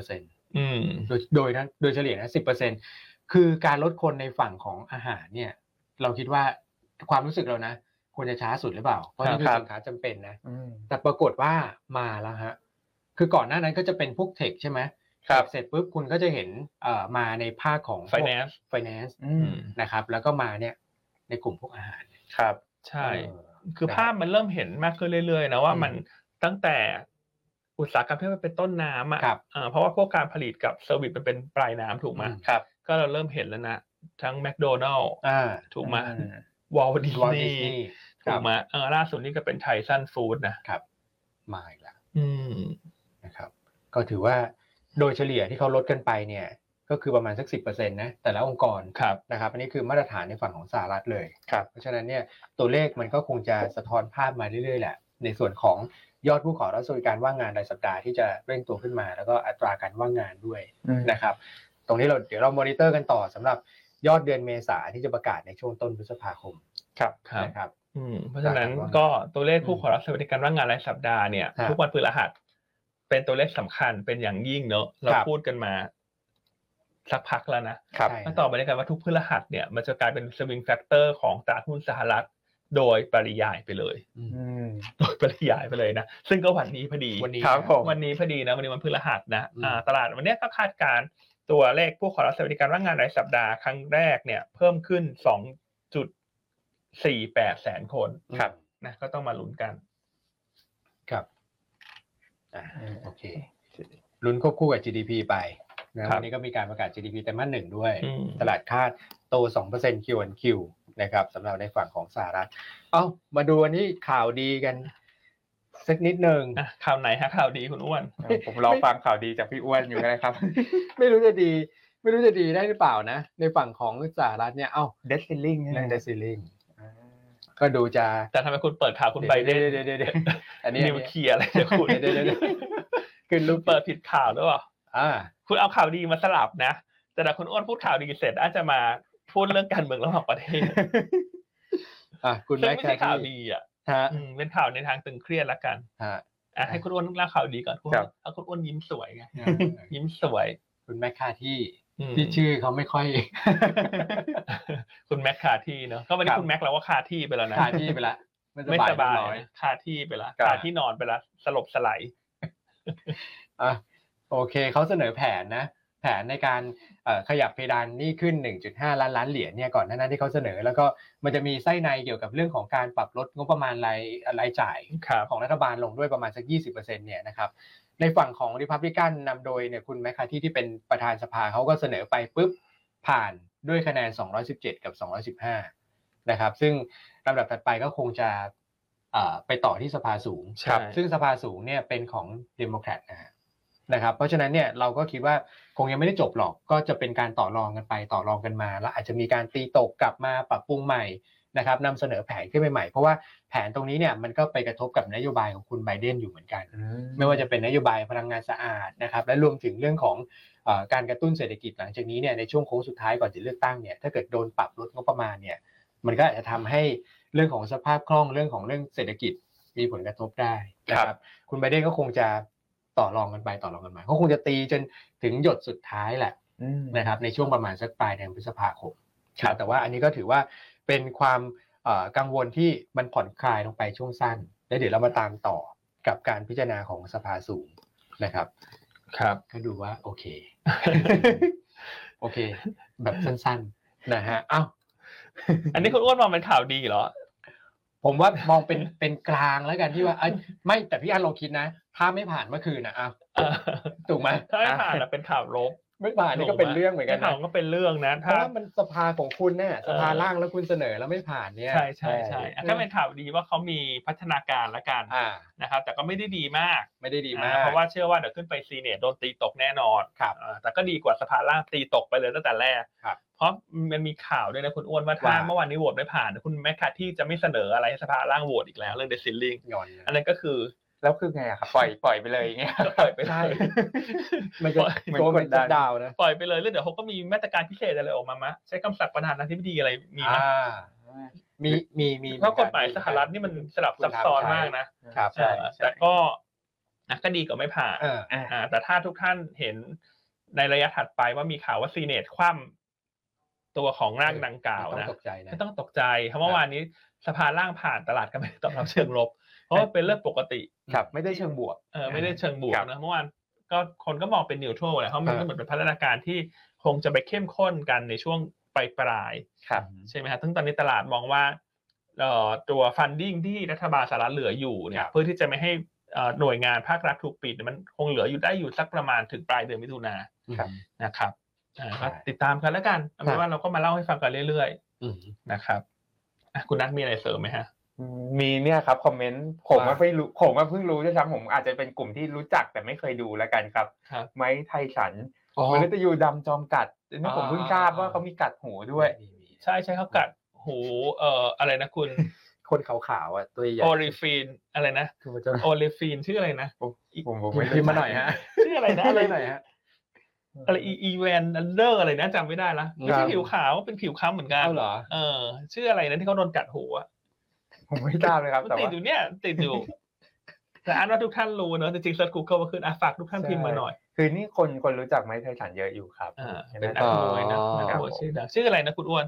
โดยเฉลี่ยนะ 10% คือการลดคนในฝั่งของอาหารเนี่ยเราคิดว่าความรู้สึกเรานะควรจะช้าสุดหรือเปล่าเพราะนี่คือสินค้าจำเป็นนะแต่ปรากฏว่ามาแล้วฮะคือก่อนหน้านั้นก็จะเป็นพวกเทคใช่ไหมเสร็จปุ๊บคุณก็จะเห็นมาในภาคของ finance นะครับแล้วก็มาเนี่ยในกลุ่มพวกอาหารครับใช่คือภาพมันเริ่มเห็นมากขึ้นเรื่อยๆนะว่ามันตั้งแต่อุตสาหกรรมที่มันเป็นต้นน้ำอ่ะเพราะว่าพวกการผลิตกับเซอร์วิสมันเป็นปลายน้ำถูกไหมครับก็เราเริ่มเห็นแล้วนะทั้งแมคโดนัลด์ถูกไหมวอลดิสนีย์ถูกไหมล่าสุดนี่ก็เป็นไทสันฟู้ดนะครับมาอีกแล้วนะครับก็ถือว่าโดยเฉลี่ยที่เขาลดกันไปเนี่ยก็คือประมาณสัก 10% นะแต่ละองค์กรนะครับอันนี้คือมาตรฐานในฝั่งของสหรัฐเลยเพราะฉะนั้นเนี่ยตัวเลขมันก็คงจะสะท้อนภาพมาเรื่อยๆแหละในส่วนของยอดผู้ขอรับสวัสดิการว่างงานรายสัปดาห์ที่จะเร่งตัวขึ้นมาแล้วก็อัตราการว่างงานด้วยนะครับตรงนี้เดี๋ยวเรามอนิเตอร์กันต่อสำหรับยอดเดือนเมษาที่จะประกาศในช่วงต้นพฤษภาคมนะครับเพราะฉะนั้นก็ตัวเลขผู้ขอรับสวัสดิการว่างงานรายสัปดาห์เนี่ยทุกวันพฤหัสเป็นตัวเลขสำคัญเป็นอย่างยิ่งเนอะเราพูดกันมาสักพักแล้วนะถ้าต่อไปในการว่าทุกพฤหัสเนี่ยมันจะกลายเป็นสวิงแฟกเตอร์ของตลาดหุ้นสหรัฐโดยปริยายไปเลยโดยปริยายไปเลยนะซึ่งก็วันนี้พอดีวันนี้พอดีนะวันนี้วันพฤหัสนะตลาดวันนี้ก็คาดการตัวเลขผู้ขอรับสวัสดิการว่างงานรายสัปดาห์ครั้งแรกเนี่ยเพิ่มขึ้น 2.48 แสนคนนะก็ต้องมาลุ้นกันครับโอเคลุ้นควบคู่กับ GDP ไปนะวันนี้ก็มีการประกาศ GDP ไตรมาส 1ด้วยตลาดคาดโต 2% Q-on-Q นะครับสำหรับในฝั่งของสหรัฐมาดูอันนี้ข่าวดีกันสักนิดนึงข่าวไหนฮะข่าวดีคุณอ้วนผมรอฟังข่าวดีจากพี่อ้วนอยู่นะครับไม่รู้จะดีได้หรือเปล่านะในฝั่งของสหรัฐเนี่ยเดซซิลลิงเดซซิลลิงก็ดูจะแต่ทำไมคุณเปิดข่าวคุณไบเดนอันนี้นิวเคลียร์อะไรเนี่ยคุณคือรู้เปิดผิดข่าวหรือเปล่าคุณเอาข่าวดีมาสลับนะแต่คุณอ้วนพูดข่าวดีเสร็จอาจจะมาพูดเรื่องการเมืองระหว่างประเทศคุณไม่ใช่ข่าวดีเป็นข่าวในทางตึงเครียดละกันให้คุณอ้วนเล่าข่าวดีก่อนคุณอ้วนยิ้มสวยไงยิ้มสวยคุณแมคคาที่ชื่อเขาไม่ค่อยคุณแมคคาที่เนาะก็วันนี้คุณแมคเราก็คาที่ไปแล้วนะคาที่ไปแล้วไม่สบายคาที่ไปแล้วคาที่นอนไปแล้วสลบสลายโอเคเขาเสนอแผนในการขยับเพดานหนี้ขึ้น 1.5 ล้านเหรียญเนี่ยก่อนหน้านั้นที่เขาเสนอแล้วก็มันจะมีไส้ในเกี่ยวกับเรื่องของการปรับลดงบประมาณรายจ่ายของรัฐบาลลงด้วยประมาณสัก 20% เนี่ยนะครับในฝั่งของ Republican นำโดยเนี่ยคุณแมคคาที่เป็นประธานสภาเขาก็เสนอไปปุ๊บผ่านด้วยคะแนน217กับ215นะครับซึ่งลำดับถัดไปก็คงจะไปต่อที่สภาสูงซึ่งสภาสูงเนี่ยเป็นของเดโมแครตนะครับเพราะฉะนั้นเนี่ยเราก็คิดว่าคงยังไม่ได้จบหรอกก็จะเป็นการต่อรองกันไปต่อรองกันมาแล้วอาจจะมีการตีตกกลับมาปรับปรุงใหม่นะครับนำเสนอแผนขึ้นใหม่เพราะว่าแผนตรงนี้เนี่ยมันก็ไปกระทบกับนโยบายของคุณไบเดนอยู่เหมือนกันไม่ว่าจะเป็นนโยบายพลังงานสะอาดนะครับและรวมถึงเรื่องของการกระตุ้นเศรษฐกิจหลังจากนี้เนี่ยในช่วงโค้งสุดท้ายก่อนจะเลือกตั้งเนี่ยถ้าเกิดโดนปรับลดงบประมาณเนี่ยมันก็อาจจะทำให้เรื่องของสภาพคล่องเรื่องของเรื่องเศรษฐกิจมีผลกระทบได้นะครับคุณไบเดนก็คงจะต่อรองกันไปต่อรองกันมาเขาคงจะตีจนถึงหยดสุดท้ายแหละนะครับในช่วงประมาณสักปลายเดือนพฤษภาคมแต่ว่าอันนี้ก็ถือว่าเป็นความกังวลที่มันผ่อนคลายลงไปช่วงสั้นแล้วเดี๋ยวเรามาตามต่อกับการพิจารณาของสภาสูงนะครับก็ดูว่าโอเคโอเคแบบสั้นๆนะฮะอันนี้คุณอ้วนมองเป็นข่าวดีเหรอผมว่ามองเป็นกลางแล้วกันที่ว่าไม่แต่พี่อันลองคิดนะถ้าไม่ผ่านเมื่อคืนนะถูกไหมถ้าไม่ผ่านเป็นข่าวลบไม่ผ่านนี่ก็เป็นเรื่องเหมือนกันข่าวก็เป็นเรื่องนะถ้ามันสภาของคุณเนี่ยสภาล่างแล้วคุณเสนอแล้วไม่ผ่านเนี่ยใช่ถ้าเป็นข่าวดีว่าเขามีพัฒนาการละกันนะครับแต่ก็ไม่ได้ดีมากเพราะว่าเชื่อว่าเดี๋ยวขึ้นไปซีเนตโดนตีตกแน่นอนแต่ก็ดีกว่าสภาล่างตีตกไปเลยตั้งแต่แรกเพราะมันมีข่าวด้วยนะคุณอ้วนว่าถ้าเมื่อวานนี้โหวตไม่ผ่านคุณแมคคาที่จะไม่เสนออะไรให้สภาล่างโหวตอีกแล้วเรื่องเดซิลลิงอันนั้นก็คือแล้วคือไงครับปล่อยไปเลยอย่างเงี้ยปล่อยไปได้มันจะโดนมันจะดาวนะปล่อยไปเลยแล้วเดี๋ยวเขาก็มีมาตรการพิเศษอะไรออกมามะใช้คำสั่งประธานาธิบดีอะไรมีมั้ยมีเพราะกฎหมายสหรัฐนี่มันสลับซับซ้อนมากนะครับแต่ก็ดีกว่าไม่ผ่านแต่ถ้าทุกท่านเห็นในระยะถัดไปว่ามีข่าวว่าซีเนตคว่ำตัวของร่างดังกล่าวนะไม่ต้องตกใจเพราะเมื่อวานนี้สภาร่างผ่านตลาดก็ไม่ตอบรับเชิงลบเพราะว่าเป็นเรื่องปกติครับไม่ได้เชิงบวกไม่ได้เชิงบวกนะเมื่อวานก็คนก็มองเป็นนิวทรัลแหละเพราะมันก็เหมือนเป็นพัฒนาการที่คงจะไปเข้มข้นกันในช่วงปลายใช่ไหมครับทั้งตอนนี้ตลาดมองว่าตัว funding ที่รัฐบาลสหรัฐเหลืออยู่เนี่ยเพื่อที่จะไม่ให้หน่วยงานภาครัฐถูกปิดมันคงเหลืออยู่ได้อยู่สักประมาณถึงปลายเดือนมิถุนายนนะครับก็ติดตามกันแล้วกันเอาเป็นว่าเราก็มาเล่าให้ฟังกันเรื่อยๆนะครับคุณนัทมีอะไรเสริมไหมฮะมีเนี่ยครับคอมเมนต์ผมว่าไม่รู้ผมว่าเพิ่งรู้ด้วยซ้ำผมอาจจะเป็นกลุ่มที่รู้จักแต่ไม่เคยดูแล้วกันครับไม้ไทสันมฤตยูดำจอมกัดนี่ผมเพิ่งทราบว่าเขามีกัดหูด้วยใช่เขากัดหูอะไรนะคุณคนขาวๆอ่ะตัวใหญ่โอลิฟีนอะไรนะโอลิฟีนชื่ออะไรนะผมไม่พิมพ์มาหน่อยฮะชื่ออะไรนะอะไรหน่อยฮะอะไรอีแวนอันเดอร์อะไรนะจำไม่ได้ละไม่ใช่ผิวขาวเป็นผิวค้ำเหมือนกันเหรอชื่ออะไรนะที่เขาโดนกัดหูอ่ะผมไม่ทราบเลยครับแต่ว่าติดอยู่เนี่ยติดอยู่แต่อันว่าทุกท่านรู้เนอะจริงๆเซิร์ช Google ก็คือฝากทุกท่านพิมพ์มาหน่อยคือนี่คนรู้จักไม้ไทสันเยอะอยู่ครับเป็นนักมวยนะชื่ออะไรนะคุณอ้วน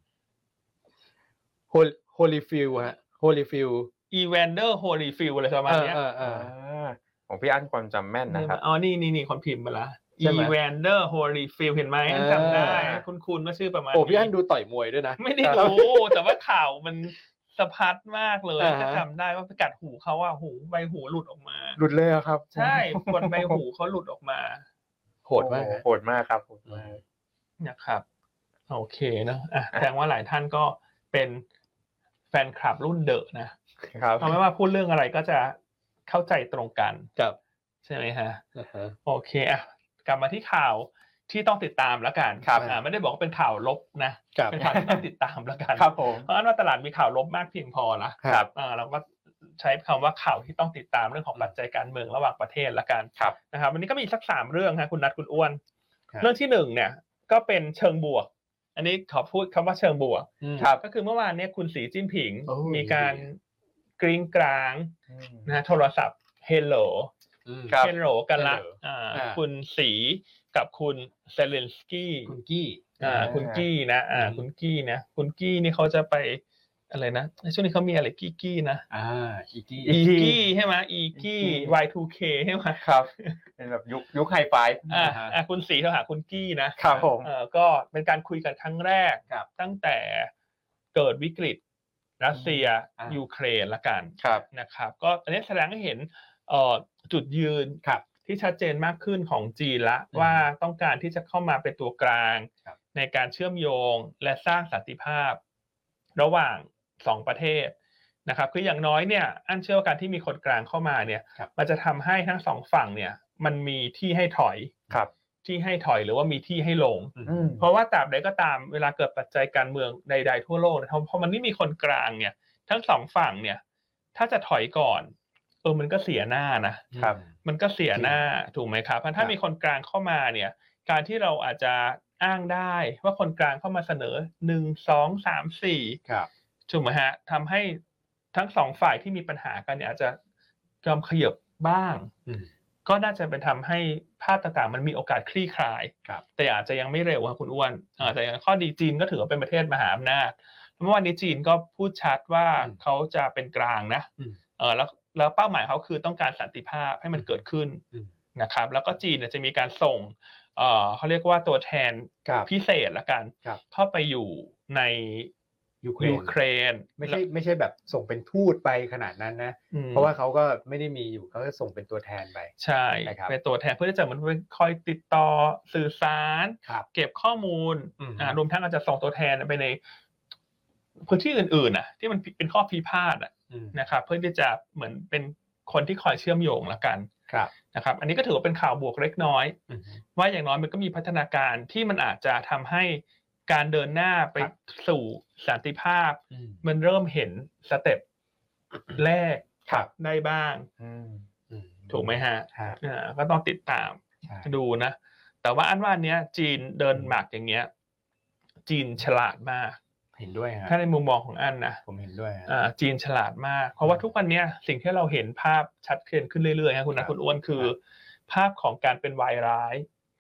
โฮลิฟิลฮะโฮลิฟิลอีแวนเดอร์โฮลิฟิลอะไรประมาณนี้ของพี่อั้นความจำแม่นนะครับนี่คนพิมพ์มาละอีแวนเดอร์โฮลิฟิลเห็นไหมจำได้คุณว่าชื่อประมาณพี่อั้นดูต่อยมวยด้วยนะไม่ได้ดูแต่ว่าข่าวมันสะพัดมากเลยก็จำได้ว่าไปกัดหูเขาว่าหูใบหูหลุดออกมาหลุดเลยครับใช่คนใบหูเขาหลุดออกมาโหดมากครับโหดมากนะครับโอเคเนอะแสดงว่าหลายท่านก็เป็นแฟนคลับรุ่นเดอะนะครับไม่ว่าพูดเรื่องอะไรก็จะเข้าใจตรงกันใช่ไหมฮะโอเคกลับมาที่ข่าวที่ต้องติดตามแล้วกันไม่ได้บอกว่าเป็นข่าวลบนะเป็นข่าวที่ต้องติดตามแล้วกันเพราะว่าตลาดมีข่าวลบมากเพียงพอแล้วเราก็ใช้คำว่าข่าวที่ต้องติดตามเรื่องของปัจจัยการเมืองระหว่างประเทศละกันนะครับวันนี้ก็มีสัก3เรื่องฮะคุณนัทคุณอ้วนเรื่องที่1เนี่ยก็เป็นเชิงบวกอันนี้ขอพูดคำว่าเชิงบวกก็คือเมื่อวานนี้คุณสีจิ้นผิงมีการกริ้งกลางนะโทรศัพท์เฮลโลกันละคุณสีกับคุณเซเลนสกี้คุณกี้นะคุณกี้นี่เขาจะไปอะไรนะช่วงนี้เขามีอะไรกี้นะอีกี้ใช่ไหมอีกี้ Y2K ใช่ไหมครับเป็นแบบยุคไฮไฟคุณสีเขาหาคุณกี้นะครับผมก็เป็นการคุยกันครั้งแรกตั้งแต่เกิดวิกฤตรัสเซียยูเครนละกันนะครับก็อันนี้แสดงให้เห็นจุดยืนที่ชัดเจนมากขึ้นของจีนละว่าต้องการที่จะเข้ามาเป็นตัวกลางในการเชื่อมโยงและสร้างสันติภาพระหว่าง2ประเทศนะครับคืออย่างน้อยเนี่ยอันเชื่อว่าการที่มีคนกลางเข้ามาเนี่ยมันจะทำให้ทั้ง2ฝั่งเนี่ยมันมีที่ให้ถอยที่ให้ถอยหรือว่ามีที่ให้ลงเพราะว่าตราบใดก็ตามเวลาเกิดปัจจัยการเมืองใดๆทั่วโลกเพราะมันไม่มีคนกลางเนี่ยทั้ง2ฝั่งเนี่ยถ้าจะถอยก่อนมันก็เสียหน้านะครับมันก็เสียหน้าถูกไหมครับถ้ามีคนกลางเข้ามาเนี่ยการที่เราอาจจะอ้างได้ว่าคนกลางเข้ามาเสนอ1 2 3 4 ครับถูกไหมฮะทำให้ทั้ง2ฝ่ายที่มีปัญหากันเนี่ยอาจจะยอมขยับบ้างก็น่าจะเป็นทำให้ภาพต่างๆมันมีโอกาสคลี่คลายแต่อาจจะยังไม่เร็วครับคุณอ้วนแต่อย่างข้อดีจีนก็ถือว่าเป็นประเทศมหาอำนาจเมื่อวานนี้จีนก็พูดชัดว่าเขาจะเป็นกลางนะแล้วเป้าหมายเขาคือต้องการสันติภาพให้มันเกิดขึ้นนะครับแล้วก็จีนจะมีการส่งเขาเรียกว่าตัวแทนพิเศษละกันเข้าไปอยู่ในยูเครนไม่ใช่แบบส่งเป็นทูตไปขนาดนั้นนะเพราะว่าเขาก็ไม่ได้มีอยู่เขาจะส่งเป็นตัวแทนไปใช่เป็นตัวแทนเพื่อที่จะเหมือนคอยติดต่อสื่อสารเก็บข้อมูลรวมทั้งอาจจะส่งตัวแทนไปในพื้นที่อื่นๆที่มันเป็นข้อพิพาทนะครับเพื่อที่จะเหมือนเป็นคนที่คอยเชื่อมโยงละกันนะครับอันนี้ก็ถือว่าเป็นข่าวบวกเล็กน้อยว่าอย่างน้อยมันก็มีพัฒนาการที่มันอาจจะทำให้การเดินหน้าไปสู่สันติภาพมันเริ่มเห็นสเต็ปแรกได้บ้างถูกไหมฮะก็ต้องติดตามดูนะแต่ว่าอันว่าเนี้ยจีนเดินหมากอย่างเงี้ยจีนฉลาดมากเห็นด้วยถ้าในมุมมองของอันนะผมเห็นด้วยจีนฉลาดมากเพราะว่าทุกวันนี้สิ่งที่เราเห็นภาพชัดเจนขึ้นเรื่อยๆคุณนะคุณอ้วนคือภาพของการเป็นวายร้าย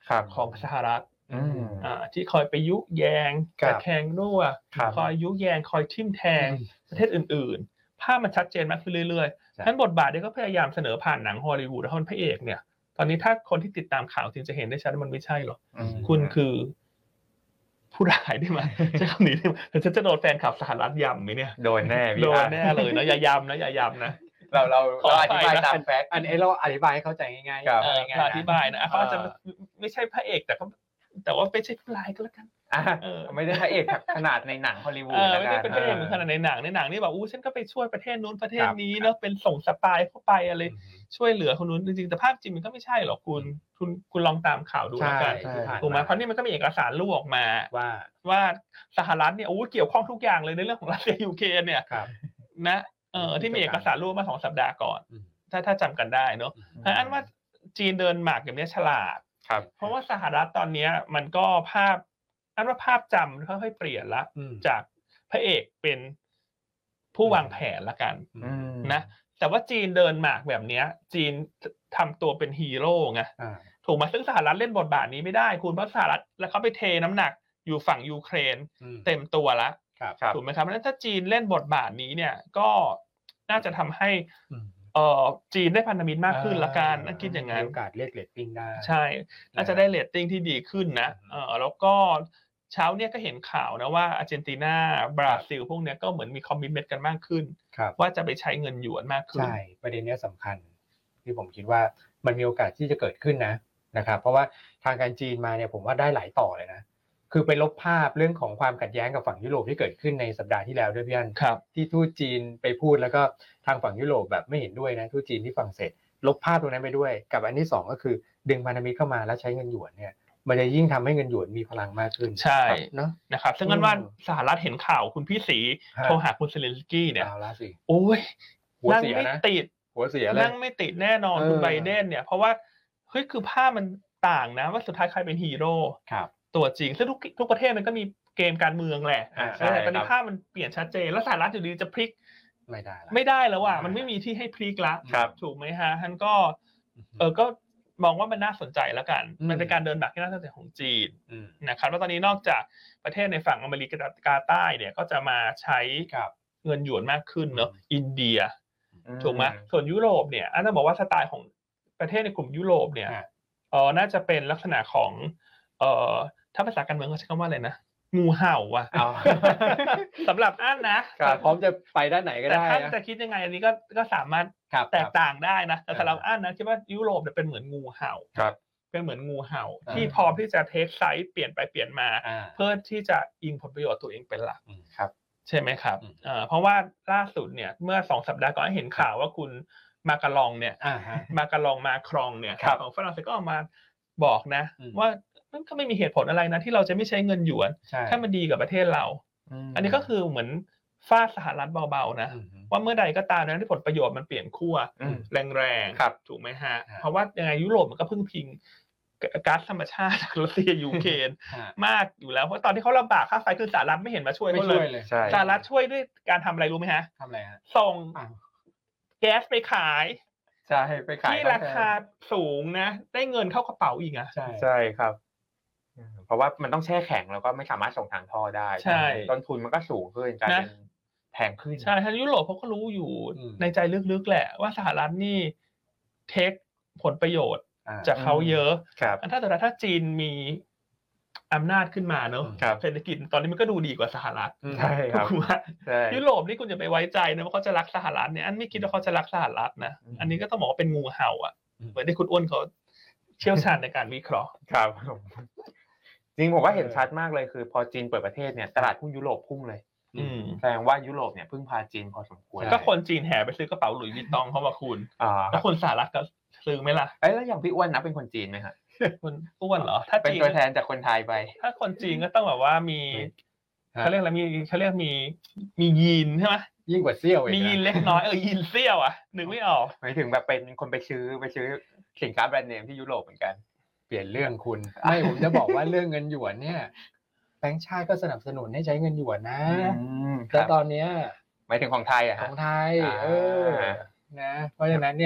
ของสหรัฐที่คอยไปยุแยงตะแคงรั่วคอยยุแยงคอยทิ่มแทงประเทศอื่นๆภาพมันชัดเจนมากขึ้นเรื่อยๆฉะนั้นบทบาทนี้ก็พยายามเสนอผ่านหนังฮอลลีวูดแล้วคนพระเอกเนี่ยตอนนี้ถ้าคนที่ติดตามข่าวจริงจะเห็นได้ชัดว่ามันไม่ใช่หรอกคุณคือผู้ร้ายได้ไหมใช้คำนี้ได้ไหมฉันจะโดนแฟนคลับสหรัฐยำไหมเนี่ยโดนแน่โดนแน่เลยนะอย่ายำนะอย่ายำนะเราอธิบายตามแฟกต์อันนี้เราอธิบายให้เข้าใจง่ายๆอธิบายนะเขาอาจจะไม่ใช่พระเอกแต่ว่าไม่ใช่ผู้ร้ายก็แล้วกันไม่ได้พระเอกขนาดในหนังฮอลลีวูดไม่ได้เป็นพระเอกเหมือนขนาดในหนังนี่แบบฉันก็ไปช่วยประเทศนู้นประเทศนี้เนาะเป็นส่งสปายเข้าไปอะไรช่วยเหลือคนนู้นจริงๆแต่ภาพจริงมันก็ไม่ใช่หรอกคุณลองตามข่าวดูแล้วกันถูกไหมเพราะนี่มันก็มีเอกสารรั่วออกมาว่าสหรัฐเนี่ยเกี่ยวข้องทุกอย่างเลยในเรื่องของรัสเซียยูเครนเนี่ยนะที่มีเอกสารรั่วมา2 สัปดาห์ก่อนถ้าจำกันได้เนาะอันว่าจีนเดินหมากอย่างนี้ฉลาดเพราะว่าสหรัฐตอนนี้มันก็ภาพจำค่อยๆเปลี่ยนละจากพระเอกเป็นผู้วางแผนละกันนะแต่ว่าจีนเดินหมากแบบนี้จีนทำตัวเป็นฮีโร่ไงถูกไหมซึ่งสหรัฐเล่นบทบาทนี้ไม่ได้คุณเพราะสหรัฐแล้วเขาไปเทน้ำหนักอยู่ฝั่งยูเครนเต็มตัวละถูกไหมครับเพราะฉะนั้นถ้าจีนเล่นบทบาทนี้เนี่ยก็น่าจะทำให้จีนได้พันธมิตรมากขึ้นละกันน่าคิดอย่างนั้นมีโอกาสเรียกเรตติ้งได้ใช่น่าจะได้เรตติ้งที่ดีขึ้นนะแล้วก็เช้าเนี่ยก็เห็นข่าวนะว่าอาร์เจนตินาบราซิลพวกเนี้ยก็เหมือนมีคอมมิตเมนต์กันมากขึ้นว่าจะไปใช้เงินหยวนมากขึ้นใช่ประเด็นนี้สำคัญที่ผมคิดว่ามันมีโอกาสที่จะเกิดขึ้นนะครับเพราะว่าทางการจีนมาเนี่ยผมว่าได้หลายต่อเลยนะคือไปลบภาพเรื่องของความขัดแย้งกับฝั่งยุโรปที่เกิดขึ้นในสัปดาห์ที่แล้วด้วยพี่อั้นที่ทูตจีนไปพูดแล้วก็ทางฝั่งยุโรปแบบไม่เห็นด้วยนะทูตจีนที่ฝรั่งเศสลบภาพตรงนั้นไปด้วยกับอันที่2ก็คือดึงพันธมิตรเข้ามาแล้วใช้เงินหยวนเนี่ยมันจะยิ่งทำให้เงินหยวนมีพลังมากขึ้นใช่เนาะนะครับซึ่งงั้นว่าสหรัฐเห็นข่าวคุณพี่ศรีโทรหาคุณเซเลนสกี้เนี่ยโอ้ยนั่งไม่ติดหัวเสียเลยนั่งไม่ติดแน่นอนคุณไบเดนเนี่ยเพราะว่าเฮ้ยคือภาพมันต่างนะว่าสุดท้ายใครเป็นฮีโร่ตัวจริงซึ่งทุกประเทศมันก็มีเกมการเมืองแหละแต่ตอนนี้ภาพมันเปลี่ยนชัดเจนแล้วสหรัฐอยู่ดีจะพลิกไม่ได้แล้วว่ะมันไม่มีที่ให้พลิกละถูกไหมฮะท่านก็ก็มองว่ามันน่าสนใจแล้วกันมันเป็นการเดินแบบที่น่าสนใจของจีนนะครับแล้วตอนนี้นอกจากประเทศในฝั่งอเมริกาใต้เนี่ยก็จะมาใช้เงินหยวนมากขึ้นเนาะอินเดียถูกไหมส่วนยุโรปเนี่ยต้องบอกว่าสไตล์ของประเทศในกลุ่มยุโรปเนี่ยน่าจะเป็นลักษณะของถ้าภาษาการเมืองเขาใช้คำว่าอะไรนะงูเห่าว่ะสำหรับอันนะพร้อมจะไปด้านไหนก็ได้แต่ท่านจะคิดยังไงอันนี้ก็สามารถแตกต่างได้นะแต่สำหรับอันนะคิดว่ายุโรปเนี่ยเป็นเหมือนงูเห่าเป็นเหมือนงูเห่าที่พร้อมที่จะเทคไซส์เปลี่ยนไปเปลี่ยนมาเพื่อที่จะอิงผลประโยชน์ตัวเองเป็นหลักใช่ไหมครับเพราะว่าล่าสุดเนี่ยเมื่อ2 สัปดาห์ก่อนเห็นข่าวว่าคุณมาการองเนี่ยมาการองมาครองเนี่ยของฝรั่งเศสก็ออกมาบอกนะว่ามันก็ไม่มีเหตุผลอะไรนะที่เราจะไม่ใช้เงินหยวนถ้ามันดีกับประเทศเราอันนี้ก็คือเหมือนฟาดสหรัฐเบาๆนะว่าเมื่อใดก็ตามนะที่ผลประโยชน์มันเปลี่ยนขั้วแรงๆถูกไหมฮะเพราะว่ายังไงยุโรปมันก็พึ่งพิงก๊าซธรรมชาติจากรัสเซียยูเครนมากอยู่แล้วเพราะตอนที่เขาลำบากค่าไฟคือสหรัฐไม่เห็นมาช่วยเขาเลยสหรัฐช่วยด้วยการทำอะไรรู้ไหมฮะทำอะไรฮะส่งแก๊สไปขายใช่ไปขายที่ราคาสูงนะได้เงินเข้ากระเป๋าอีกอ่ะใช่ครับเพราะว่ามันต้องแช่แข็งแล้วก็ไม่สามารถส่งทางท่อได้ต้นทุนมันก็สูงขึ้นกลายเป็นแพงขึ้นใช่ทางยุโรปเขาก็รู้อยู่ในใจลึกๆแหละว่าสหรัฐนี่เทคผลประโยชน์จากเขาเยอะถ้าจีนมีอำนาจขึ้นมาเนอะเศรษฐกิจตอนนี้มันก็ดูดีกว่าสหรัฐใช่ครับยุโรปนี่คุณจะไปไว้ใจนะว่าเขาจะรักสหรัฐเนี่ยอันไม่คิดว่าเขาจะรักสหรัฐนะอันนี้ก็ต้องบอกว่าเป็นงูเห่าอ่ะเหมือนที่คุณอ้วนเขาเชี่ยวชาญในการวิเคราะห์ครับจริงผมว่าเห็นชัดมากเลยคือพอจีนเปิดประเทศเนี่ยตลาดหุ้นยุโรปพุ่งเลยแสดงว่ายุโรปเนี่ยพึ่งพาจีนพอสมควรก็คนจีนแห่ไปซื้อกระเป๋าหลุยส์วิตตองเข้ามาคุณแล้วคนสหรัฐก็ซื้อไหมล่ะแล้วอย่างพี่อ้วนนับเป็นคนจีนไหมฮะคนอ้วนเหรอถ้าเป็นตัวแทนจากคนไทยไปถ้าคนจีนก็ต้องแบบว่ามีเขาเรียกอะไรเขาเรียกมียีนใช่ไหมยิ่งกว่าเซี่ยวมียีนเล็กน้อยยีนเซี่ยวอ่ะนึกไม่ออกหมายถึงแบบเป็นคนไปซื้อสินค้าแบรนด์เนมที่ยุโรปเหมือนกันเปลี่ยนเรื่องคุณไม่ผมจะบอกว่าเรื่องเงินหยวนเนี่ยแบงก์ชาติก็สนับสนุนให้ใช้เงินหยวนนะแต่ตอนเนี้ยหมายถึงของไทยอ่ะของไทยนะเพราะฉะนั้นเนี่ย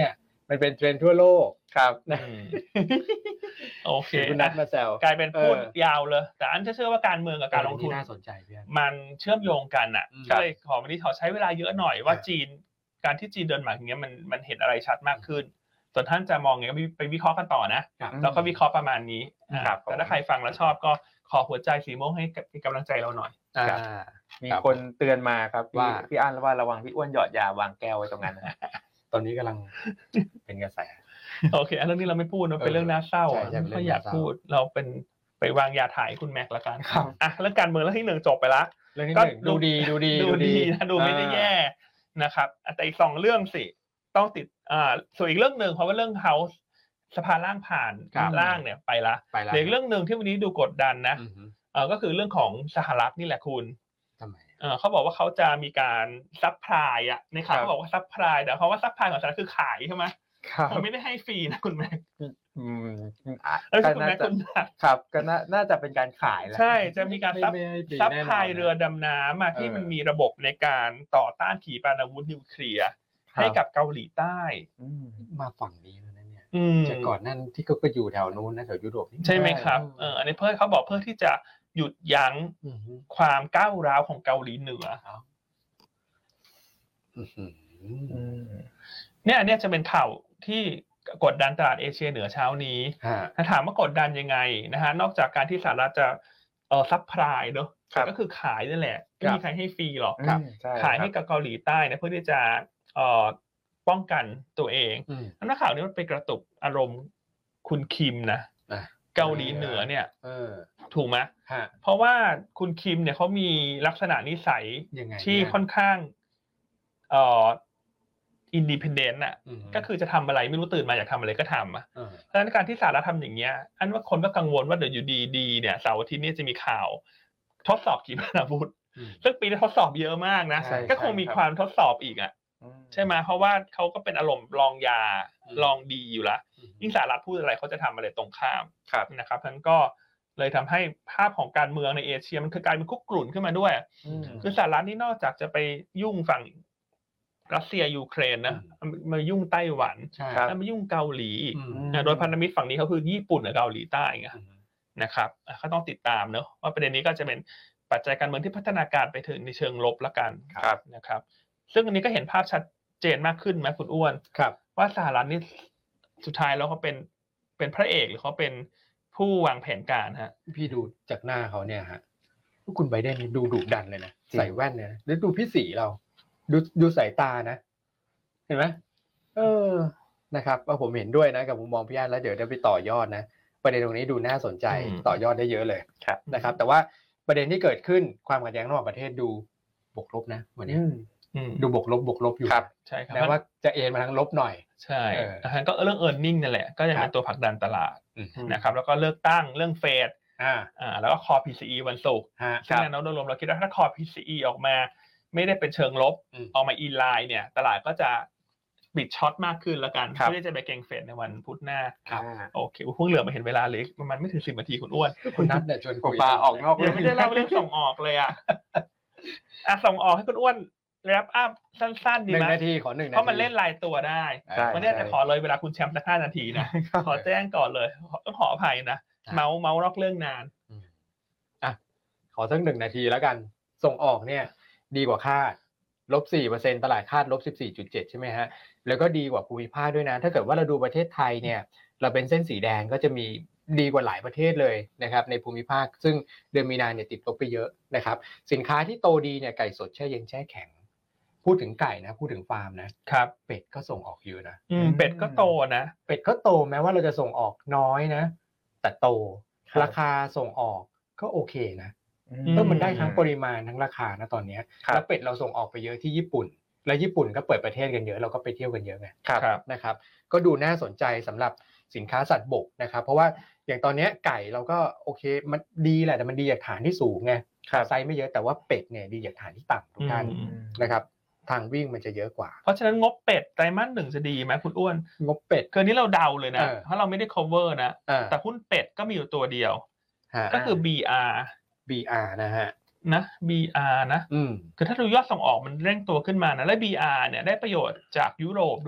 มันเป็นเทรนด์ทั่วโลกครับโอเคคุณนัทมาแซวกลายเป็นพูดยาวเลยแต่อันจะเชื่อว่าการเมืองกับการลงทุนน่าสนใจพี่มันเชื่อมโยงกันอ่ะก็เลยวันนี้ขอใช้เวลาเยอะหน่อยว่าจีนการที่จีนเดินหมากอย่างเงี้ยมันเห็นอะไรชัดมากขึ้นส่วนท่านจะมองไงก็ไปวิเคราะห์กันต่อนะแล้วก็วิเคราะห์ประมาณนี้แต่ถ้าใครฟังแล้วชอบก็ขอหัวใจสีม่วงให้กำลังใจเราหน่อยมีคนเตือนมาครับว่าพี่อั้นว่าระวังพี่อ้วนหยอดยาวางแก้วไว้ตรงนั้นตอนนี้กำลังเป็นกระแสโอเคเรื่องนี้เราไม่พูดนะเป็นเรื่องน่าเศร้าไม่อยากพูดเราเป็นไปวางยาถ่ายคุณแม็กละกันเรื่องการเมืองเรื่องที่1จบไปละก็ดูดีนะดูไม่ได้แย่นะครับแต่อีก2เรื่องสิต้องติดส่วนอีกเรื่องนึงเพราะว่าเรื่อง House สภาล่างผ่านล่างเนี่ยไปละอีกเรื่องนึงที่วันนี้ดูกดดันนะก็คือเรื่องของสหรัฐนี่แหละคุณทำไมเขาบอกว่าเขาจะมีการซัพพลายในข่าวเขาบอกว่าซัพพลายแต่เพราะว่าซัพพลายของสหรัฐคือขายใช่ไหมมันไม่ได้ให้ฟรีนะคุณแม่ก็น่าจะครับก็น่าจะเป็นการขายแล้วใช่จะมีการซัพพลายเรือดำน้ำที่มันมีระบบในการต่อต้านขีปนาวุธนิวเคลียร์ให้กับเกาหลีใต้มาฝั่งนี้แล้วนะเนี่ยจากก่อนนั้นที่ก็อยู่แถวนู้นนะแถวยุโรปใช่ไหมครับอันนี้เพื่อเขาบอกเพื่อที่จะหยุดยั้งความก้าวร้าวของเกาหลีเหนือเนี่ยอันนี้จะเป็นข่าวที่กดดันตลาดเอเชียเหนือเช้านี้ถ้าถามว่ากดดันยังไงนะฮะนอกจากการที่สหรัฐจะซัพพลายเนอะก็คือขายนั่นแหละไม่มีใครให้ฟรีหรอกขายให้กับเกาหลีใต้นะเพื่อที่จะป้องกันตัวเองนักข่าวนี้มันไปกระตุกอารมณ์คุณคิมนะเกาหลีเหนือเนี่ยถูกไหมเพราะว่าคุณคิมเนี่ยเขามีลักษณะนิสัยที่ค่อนข้างอินดิเพนเดนต์อ่ะก็คือจะทำอะไรไม่รู้ตื่นมาอยากทำอะไรก็ทำเพราะฉะนั้นการที่สหรัฐทำอย่างเงี้ยอันว่าคนก็กังวลว่าเดี๋ยวอยู่ดีๆเนี่ยเสาร์อาทิตย์นี้จะมีข่าวทดสอบขีปนาวุธซึ่งปีนี้ทดสอบเยอะมากนะก็คงมีความทดสอบอีกอ่ะใช่ไหมเพราะว่าเขาก็เป็นอารมณ์ลองยาลองดีอยู่ละยิ่งสหรัฐพูดอะไรเขาจะทำอะไรตรงข้ามนะครับทั้นก็เลยทำให้ภาพของการเมืองในเอเชียมันคือกลายเป็นคุกรุ่นขึ้นมาด้วยคือสหรัฐนี่นอกจากจะไปยุ่งฝั่งรัสเซียยูเครนนะมายุ่งไต้หวันแล้วมายุ่งเกาหลีอีกโดยพันธมิตรฝั่งนี้เขาคือญี่ปุ่นกับเกาหลีใต้ไงนะครับก็ต้องติดตามเนอะว่าประเด็นนี้ก็จะเป็นปัจจัยการเมืองที่พัฒนาการไปถึงในเชิงลบละกันนะครับซึ่งอันนี้ก็เห็นภาพชัดเจนมากขึ้นไหมคุณอ้วนว่าสหรัฐนี่สุดท้ายแล้วเขาเป็นพระเอกหรือเขาเป็นผู้วางแผนการฮะพี่ดูจากหน้าเขาเนี่ยฮะคุณไบเดนดูดุดันเลยนะใส่แว่นเนี่ยแล้วดูพี่สีเราดูสายตานะเห็นไหมนะครับว่าผมเห็นด้วยนะกับมุมมองพี่อั้นแล้วเดี๋ยวจะไปต่อยอดนะประเด็นตรงนี้ดูน่าสนใจต่อยอดได้เยอะเลยนะครับแต่ว่าประเด็นที่เกิดขึ้นความขัดแย้งระหว่างประเทศดูบวกลบนะวันนี้ดูบวกลบอยู่ใช่ครับแม้ว่าจะเอ็นมาทางลบหน่อยใช่ก็เรื่อง earning นั่นแหละก็จะเป็นตัวผลักดันตลาดนะครับแล้วก็เลือกตั้งเรื่องเฟดแล้วก็คอ PCE วันศุกร์ซึ่งแนวโน้มโดยรวมเราคิดว่าถ้าคอ PCE ออกมาไม่ได้เป็นเชิงลบออกมาอินไลน์เนี่ยตลาดก็จะปิดช็อตมากขึ้นแล้วกันเพื่อจะไปเก็งเฟดในวันพุธหน้าโอเคเพิ่งเหลือมาเห็นเวลาเล็กประมาณไม่ถึง10 นาทีคุณอ้วนคุณนัทเนี่ยชวนคุยปลาออกนอกยังไม่ได้เล่าเรื่องส่งออกเลยส่งออกให้คุณอ้วนแรปอัพสั้นๆดีไหม 1 นาทีขอ1 นาทีเพราะมันเล่นรายตัวได้วันนี้จะขอเลยเวลาคุณแชมป์สัก5 นาทีนะขอแจ้งก่อนเลยต้องขออภัยนะเมาส์นอกเรื่องนานขอสัก1 นาทีแล้วกันส่งออกเนี่ยดีกว่าคาด-4%ตลาดคาด-14.7 ใช่ไหมฮะแล้วก็ดีกว่าภูมิภาคด้วยนะถ้าเกิดว่าเราดูประเทศไทยเนี่ยเราเป็นเส้นสีแดงก็จะมีดีกว่าหลายประเทศเลยนะครับในภูมิภาคซึ่งเดือนมีนาเนี่ยติดลบไปเยอะนะครับสินค้าที่โตดีเนี่ยไก่สดแช่เย็นแช่แข็งพูดถึงไก่นะพูดถึงฟาร์มนะครับเป็ดก็ส่งออกเยอะนะเป็ดก็โตนะเป็ดก็โตแม้ว่าเราจะส่งออกน้อยนะแต่โตราคาส่งออกก็โอเคนะมันได้ทั้งปริมาณทั้งราคานะตอนนี้แล้วเป็ดเราส่งออกไปเยอะที่ญี่ปุ่นและญี่ปุ่นก็เปิดประเทศกันเยอะเราก็ไปเที่ยวกันเยอะไงนะครับก็ดูน่าสนใจสำหรับสินค้าสัตว์บกนะครับเพราะว่าอย่างตอนนี้ไก่เราก็โอเคมันดีแหละแต่มันดีจากฐานที่สูงไงไซส์ไม่เยอะแต่ว่าเป็ดเนี่ยดีจากฐานที่ต่ำทุกท่านนะครับทางวิ่งมันจะเยอะกว่าเพราะฉะนั้นงบเป็ดไตรมาส 1จะดีไหมคุณอ้วนงบเป็ดคือนี้เราเดาเลยนะเพราะเราไม่ได้ cover นะแต่หุ้นเป็ดก็มีอยู่ตัวเดียวก็คือ BR นะฮะ BR นะคือถ้าดูยอดส่งออกมันเร่งตัวขึ้นมานะและ BR เนี่ยได้ประโยชน์จากยุโรปด้วย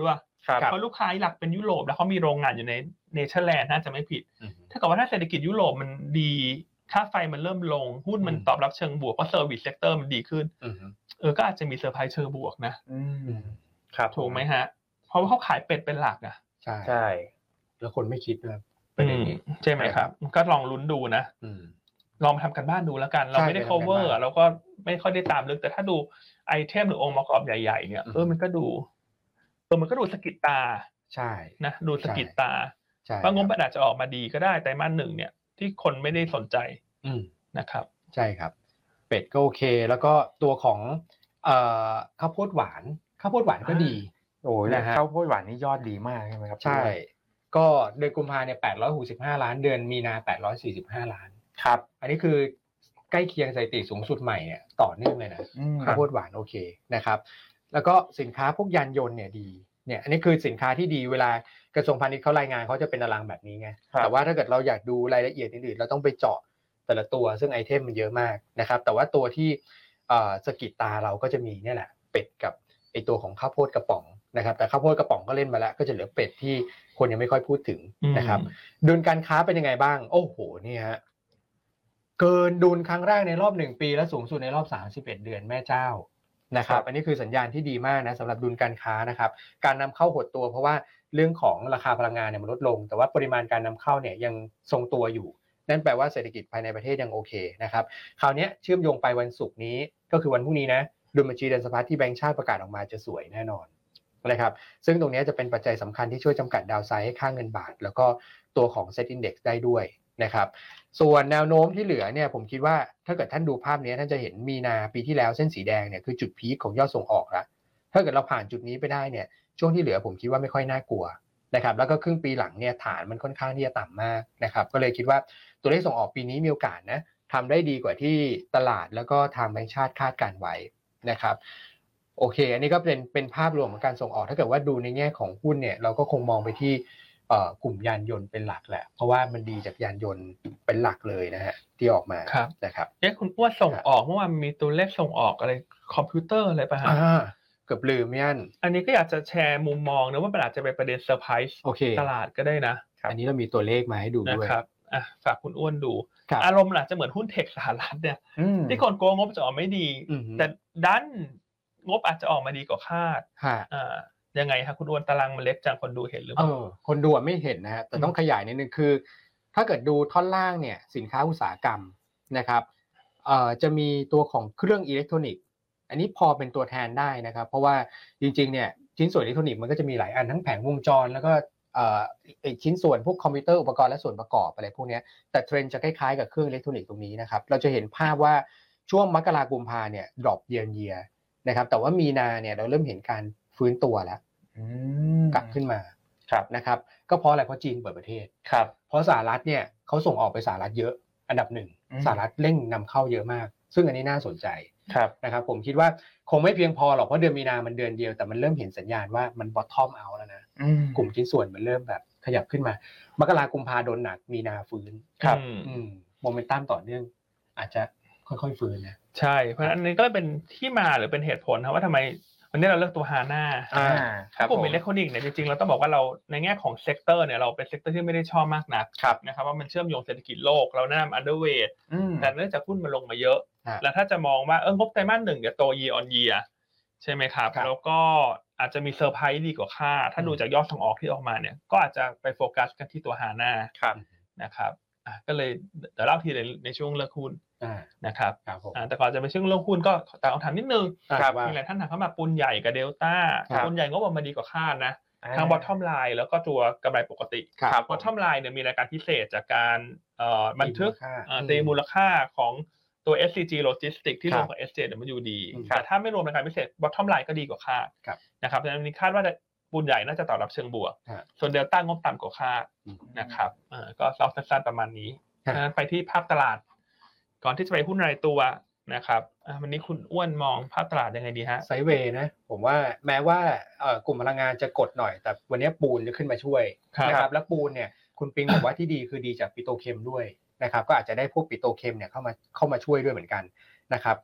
เพราะลูกค้าหลักเป็นยุโรปแล้วเขามีโรงงานอยู่ในเนเธอร์แลนด์น่าจะไม่ผิดถ้าเกิดว่าถ้าเศรษฐกิจยุโรปมันดีค่าไฟมันเริ่มลงหุ้นมันตอบรับเชิงบวกเพราะเซอร์วิสเซกเตอร์มันดีขึ้นก็อาจจะมีเซอร์ไพรส์เชิงบวกนะครับถูกไหมฮะเพราะว่าเขาขายเป็ดเป็นหลักอ่ะใช่แล้วคนไม่คิดนะประเด็นนี้ใช่ไหมครับก็ลองลุ้นดูนะลองทำกันบ้านดูแล้วกันเราไม่ได้ cover เราก็ไม่ค่อยได้ตามลึกแต่ถ้าดูไอเทมหรือองค์ประกอบใหญ่ๆเนี่ยมันก็ดูสะกิดตาใช่นะดูสะกิดตาว่างบอาจจะออกมาดีก็ได้ไตรมาส 1เนี่ยที่คนไม่ได้สนใจนะครับใช่ครับเป็ดก็โอเคแล้วก็ตัวของข้าวโพดหวานก็ดีโอ้ยนะฮะข้าวโพดหวานนี่ยอดดีมากใช่ไหมครับใช่ก็เดือนกุมภาเนี่ย865ล้านเดือนมีนา845ล้านครับอันนี้คือใกล้เคียงสถิติสูงสุดใหม่เนี่ยต่อเนื่องเลยนะข้าวโพดหวานโอเคนะครับแล้วก็สินค้าพวกยานยนต์เนี่ยดีเนี่ยอันนี้คือสินค้าที่ดีเวลากระทรวงพาณิชย์เขารายงานเขาจะเป็นตารางแบบนี้ไงแต่ว่าถ้าเกิดเราอยากดูรายละเอียดอื่นๆเราต้องไปเจาะแต่ละตัวซึ่งไอเทมมันเยอะมากนะครับแต่ว่าตัวที่สะกิดตาเราก็จะมีเนี่ยแหละเป็ดกับไอตัวของข้าวโพดกระป๋องนะครับแต่ข้าวโพดกระป๋องก็เล่นมาแล้วก็จะเหลือเป็ดที่คนยังไม่ค่อยพูดถึงนะครับดุลการค้าเป็นยังไงบ้างโอ้โหนี่ฮะเกินดุลครั้งแรกในรอบ1ปีและสูงสุดในรอบ31เดือนแม่เจ้านะครับอันนี้คือสัญญาณที่ดีมากนะสำหรับดุลการค้านะครับการนำเข้าหดตัวเพราะว่าเรื่องของราคาพลังงานเนี่ยมันลดลงแต่ว่าปริมาณการนำเข้าเนี่ยยังทรงตัวอยู่นั่นแปลว่าเศรษฐกิจภายในประเทศยังโอเคนะครับคราวนี้เชื่อมโยงไปวันศุกร์นี้ก็คือวันพรุ่งนี้นะดุลบัญชีเดินสะพัดที่แบงก์ชาติประกาศออกมาจะสวยแน่นอนนะครับซึ่งตรงนี้จะเป็นปัจจัยสำคัญที่ช่วยจำกัดดาวไซด์ให้ค่าเงินบาทแล้วก็ตัวของ Set Index ได้ด้วยนะครับส่วนแนวโน้มที่เหลือเนี่ยผมคิดว่าถ้าเกิดท่านดูภาพนี้ท่านจะเห็นมีนาปีที่แล้วเส้นสีแดงเนี่ยคือจุดพีคของยอดส่งออกละถ้าเกิดเราผ่านจุดนี้ไปได้เนี่ยช่วงที่เหลือผมคิดว่าไม่ค่อยน่ากลัวนะครับแล้วก็ครึ่งปีหลังเนี่ยฐานมันค่อนข้างที่จะต่ำมากนะครับก็เลยคิดว่าตัวเลขส่งออกปีนี้มีโอกาสนะทำได้ดีกว่าที่ตลาดแล้วก็ทางแบงก์ชาติคาดการไว้นะครับโอเคอันนี้ก็เป็นภาพรวมของการส่งออกถ้าเกิดว่าดูในแง่ของหุ้นเนี่ยเราก็คงมองไปที่กลุ่มยานยนต์เป็นหลักแหละเพราะว่ามันดีจากยานยนต์เป็นหลักเลยนะฮะที่ออกมานะครับคุณอ้วนส่งออกเมื่อวานมีตัวเลขส่งออกอะไรคอมพิวเตอร์อะไรป่ะฮะเกือบลืมยันอันนี้ก็อยากจะแชร์มุมมองนะว่ามันอาจจะเป็นประเด็นเซอร์ไพรส์ตลาดก็ได้นะอันนี้เรามีตัวเลขมาให้ดูด้วยนะครับฝากคุณอ้วนดูอารมณ์อาจจะเหมือนหุ้นเทคสหรัฐเนี่ยที่คนโกงงบจะออกไม่ดีแต่ดันงบอาจจะออกมาดีกว่าคาดยังไงครับคุณอ้วนตารางมันเล็กจังคนดูเห็นหรือเปล่าคนดูไม่เห็นนะฮะแต่ต้องขยายนิดนึงคือถ้าเกิดดูท่อนล่างเนี่ยสินค้าอุตสาหกรรมนะครับจะมีตัวของเครื่องอิเล็กทรอนิกส์อันนี้พอเป็นตัวแทนได้นะครับเพราะว่าจริงๆเนี่ยชิ้นส่วนอิเล็กทรอนิกส์มันก็จะมีหลายอันทั้งแผงวงจรแล้วก็ชิ้นส่วนพวกคอมพิวเตอร์อุปกรณ์และส่วนประกอบอะไรพวกนี้แต่เทรนด์จะคล้ายๆกับเครื่องอิเล็กทรอนิกส์ตรงนี้นะครับเราจะเห็นภาพว่าช่วงมกราคมกุมภาเนี่ยดรอปเยียร์นะครับแต่ว่ามีนาเนี่ยเราเริ่มเห็นการฟื้นตัวแล้วกลับขึ้นมานะครับก็เพราะอะไรเพราะจีนเปิดประเทศเพราะสหรัฐเนี่ยเขาส่งออกไปสหรัฐเยอะอันดับ1สหรัฐเร่งนำเข้าเยอะมากซึ่งอันนี้น่าสนใจนะครับผมคิดว่าคงไม่เพียงพอหรอกเพราะเดือนมีนามันเดือนเดียวแต่มันเริ่มเห็นสัญญาณว่ามัน bottom out แล้วนะกลุ่มชิ้นส่วนมันเริ่มแบบขยับขึ้นมามกราคมกุมภาโดนหนักมีนาฟื้นโมเมนตัมต่อเนื่องอาจจะค่อยๆฟื้นนะใช่เพราะอันนี้ก็เป็นที่มาหรือเป็นเหตุผลครับว่าทำไมวันนี้เราเลือกตัวฮาน่ากลุ่มอิเล็กทรอนิกส์เนี่ยจริงๆเราต้องบอกว่าเราในแง่ของเซกเตอร์เนี่ยเราเป็นเซกเตอร์ที่ไม่ได้ชอบมากนักนะครับว่ามันเชื่อมโยงเศรษฐกิจโลกเราแนะนำ underweight แต่เนื่องจากหุ้นมันลงมาเยอะแล้วถ้าจะมองว่างบไตรมาส1เดี๋ยวโต year on year ใช่ไหมครับแล้วก็อาจจะมีเซอร์ไพรส์ดีกว่าคาดถ้าดูจากยอดส่งออกที่ออกมาเนี่ยก็อาจจะไปโฟกัสกันที่ตัวฮาน่านะครับก็เลยเดี๋ยวเล่าทีในช่วงเลือกหุ้นนะครับแต่ก่อนจะไปช่วงเรื่องหุ้นก็แต่คำถามนิดนึงมีหลายท่านถามเข้ามาปูนใหญ่กับเดลต้าปูนใหญ่งบออกมาดีกว่าคาดนะทาง bottom line แล้วก็ตัวกำไรปกติ bottom line เนี่ยมีรายการพิเศษจากการบันทึกตีมูลค่าของตัว SCG Logistics ที่รวมกับ SJWD แต่ถ้าไม่รวมรายการพิเศษ bottom line ก็ดีกว่าคาดนะครับดังนั้นคาดว่าปูนใหญ่น่าจะตอบรับเชิงบวกส่วนเดลต้างบต่ำกว่าคาดนะครับก็เล่าสั้นๆประมาณนี้ฉะนั้นไปที่ภาพตลาดก่อนที่จะไปหุ้นรายตัวนะครับวันนี้คุณอ้วนมองภาพตลาดยังไงดีฮะไซด์เวย์นะผมว่าแม้ว่ากลุ่มพลังงานจะกดหน่อยแต่วันนี้ปูนจะขึ้นมาช่วยนะครับแล้วปูนเนี่ยคุณปิงบอกว่าที่ดีคือดีจากปิโตรเคมด้วยนะครับก็อาจจะได้พวกปิโตรเคมเนี่ยเข้ามาช่วยด้วยเหมือนกันนะครับก็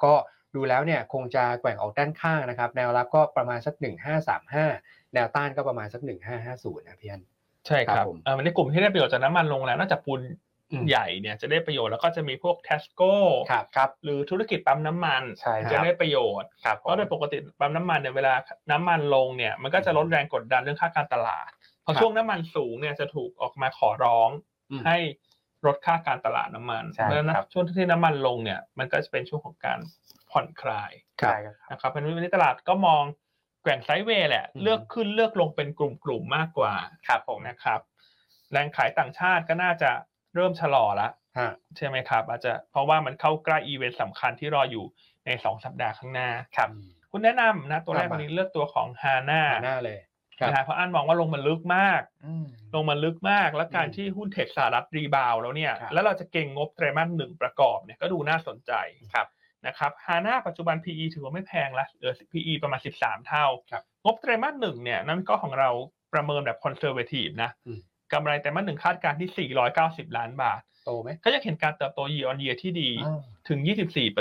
ดูแล้วเนี่ยคงจะแกว่งออกด้านข้างนะครับแนวรับก็ประมาณสัก1535แนวต้านก็ประมาณสัก1550นะพี่อันใช่ครับมันในกลุ่มที่ได้ประโยชน์จากน้ำมันลงแล้วนอกจากปูนใหญ่เนี่ยจะได้ประโยชน์แล้วก็จะมีพวก Tesco ครับหรือธุรกิจปั๊มน้ำมันจะได้ประโยชน์เพราะโดยปกติปั๊มน้ำมันเนี่ยเวลาน้ำมันลงเนี่ยมันก็จะลดแรงกดดันเรื่องค่าการตลาดพอช่วงน้ำมันสูงเนี่ยจะถูกออกมาขอร้องให้ลดค่าการตลาดน้ำมันเพราะฉะนั้นช่วงที่น้ำมันลงเนี่ยมันก็จะเป็นช่วงของการผ่อนคลายนะครับเพราะฉะนั้นวันนี้ตลาดก็มองแกว่งไซด์เวย์แหละเลือกขึ้นเลือกลงเป็นกลุ่มๆมากกว่าครับผมนะครับแรงขายต่างชาติก็น่าจะเริ่มชะลอแล้วใช่ไหมครับอาจจะเพราะว่ามันเข้าใกล้อีเวนต์สำคัญที่รออยู่ใน2สัปดาห์ข้างหน้าครับคุณแนะนำนะตัวแรกวันนี้เลือกตัวของฮาน่าเลยนะเพราะอันมองว่าลงมันลึกมากแล้วการที่หุ้นเทคสหรัฐรีบาวแล้วเนี่ยแล้วเราจะเก็งงบไตรมาส1ประกอบเนี่ยก็ดูน่าสนใจนะครับฮาน่าปัจจุบัน PE ถือว่าไม่แพงละPE ประมาณ13เท่างบไตรมาส1เนี่ยนั่นก็ของเราประเมินแบบคอนเซอร์เวทีฟนะกำไรไตรมาส1คาดการณ์ที่490ล้านบาทโตไหมก็จะเห็นการเติบโต year on year ที่ดีถึง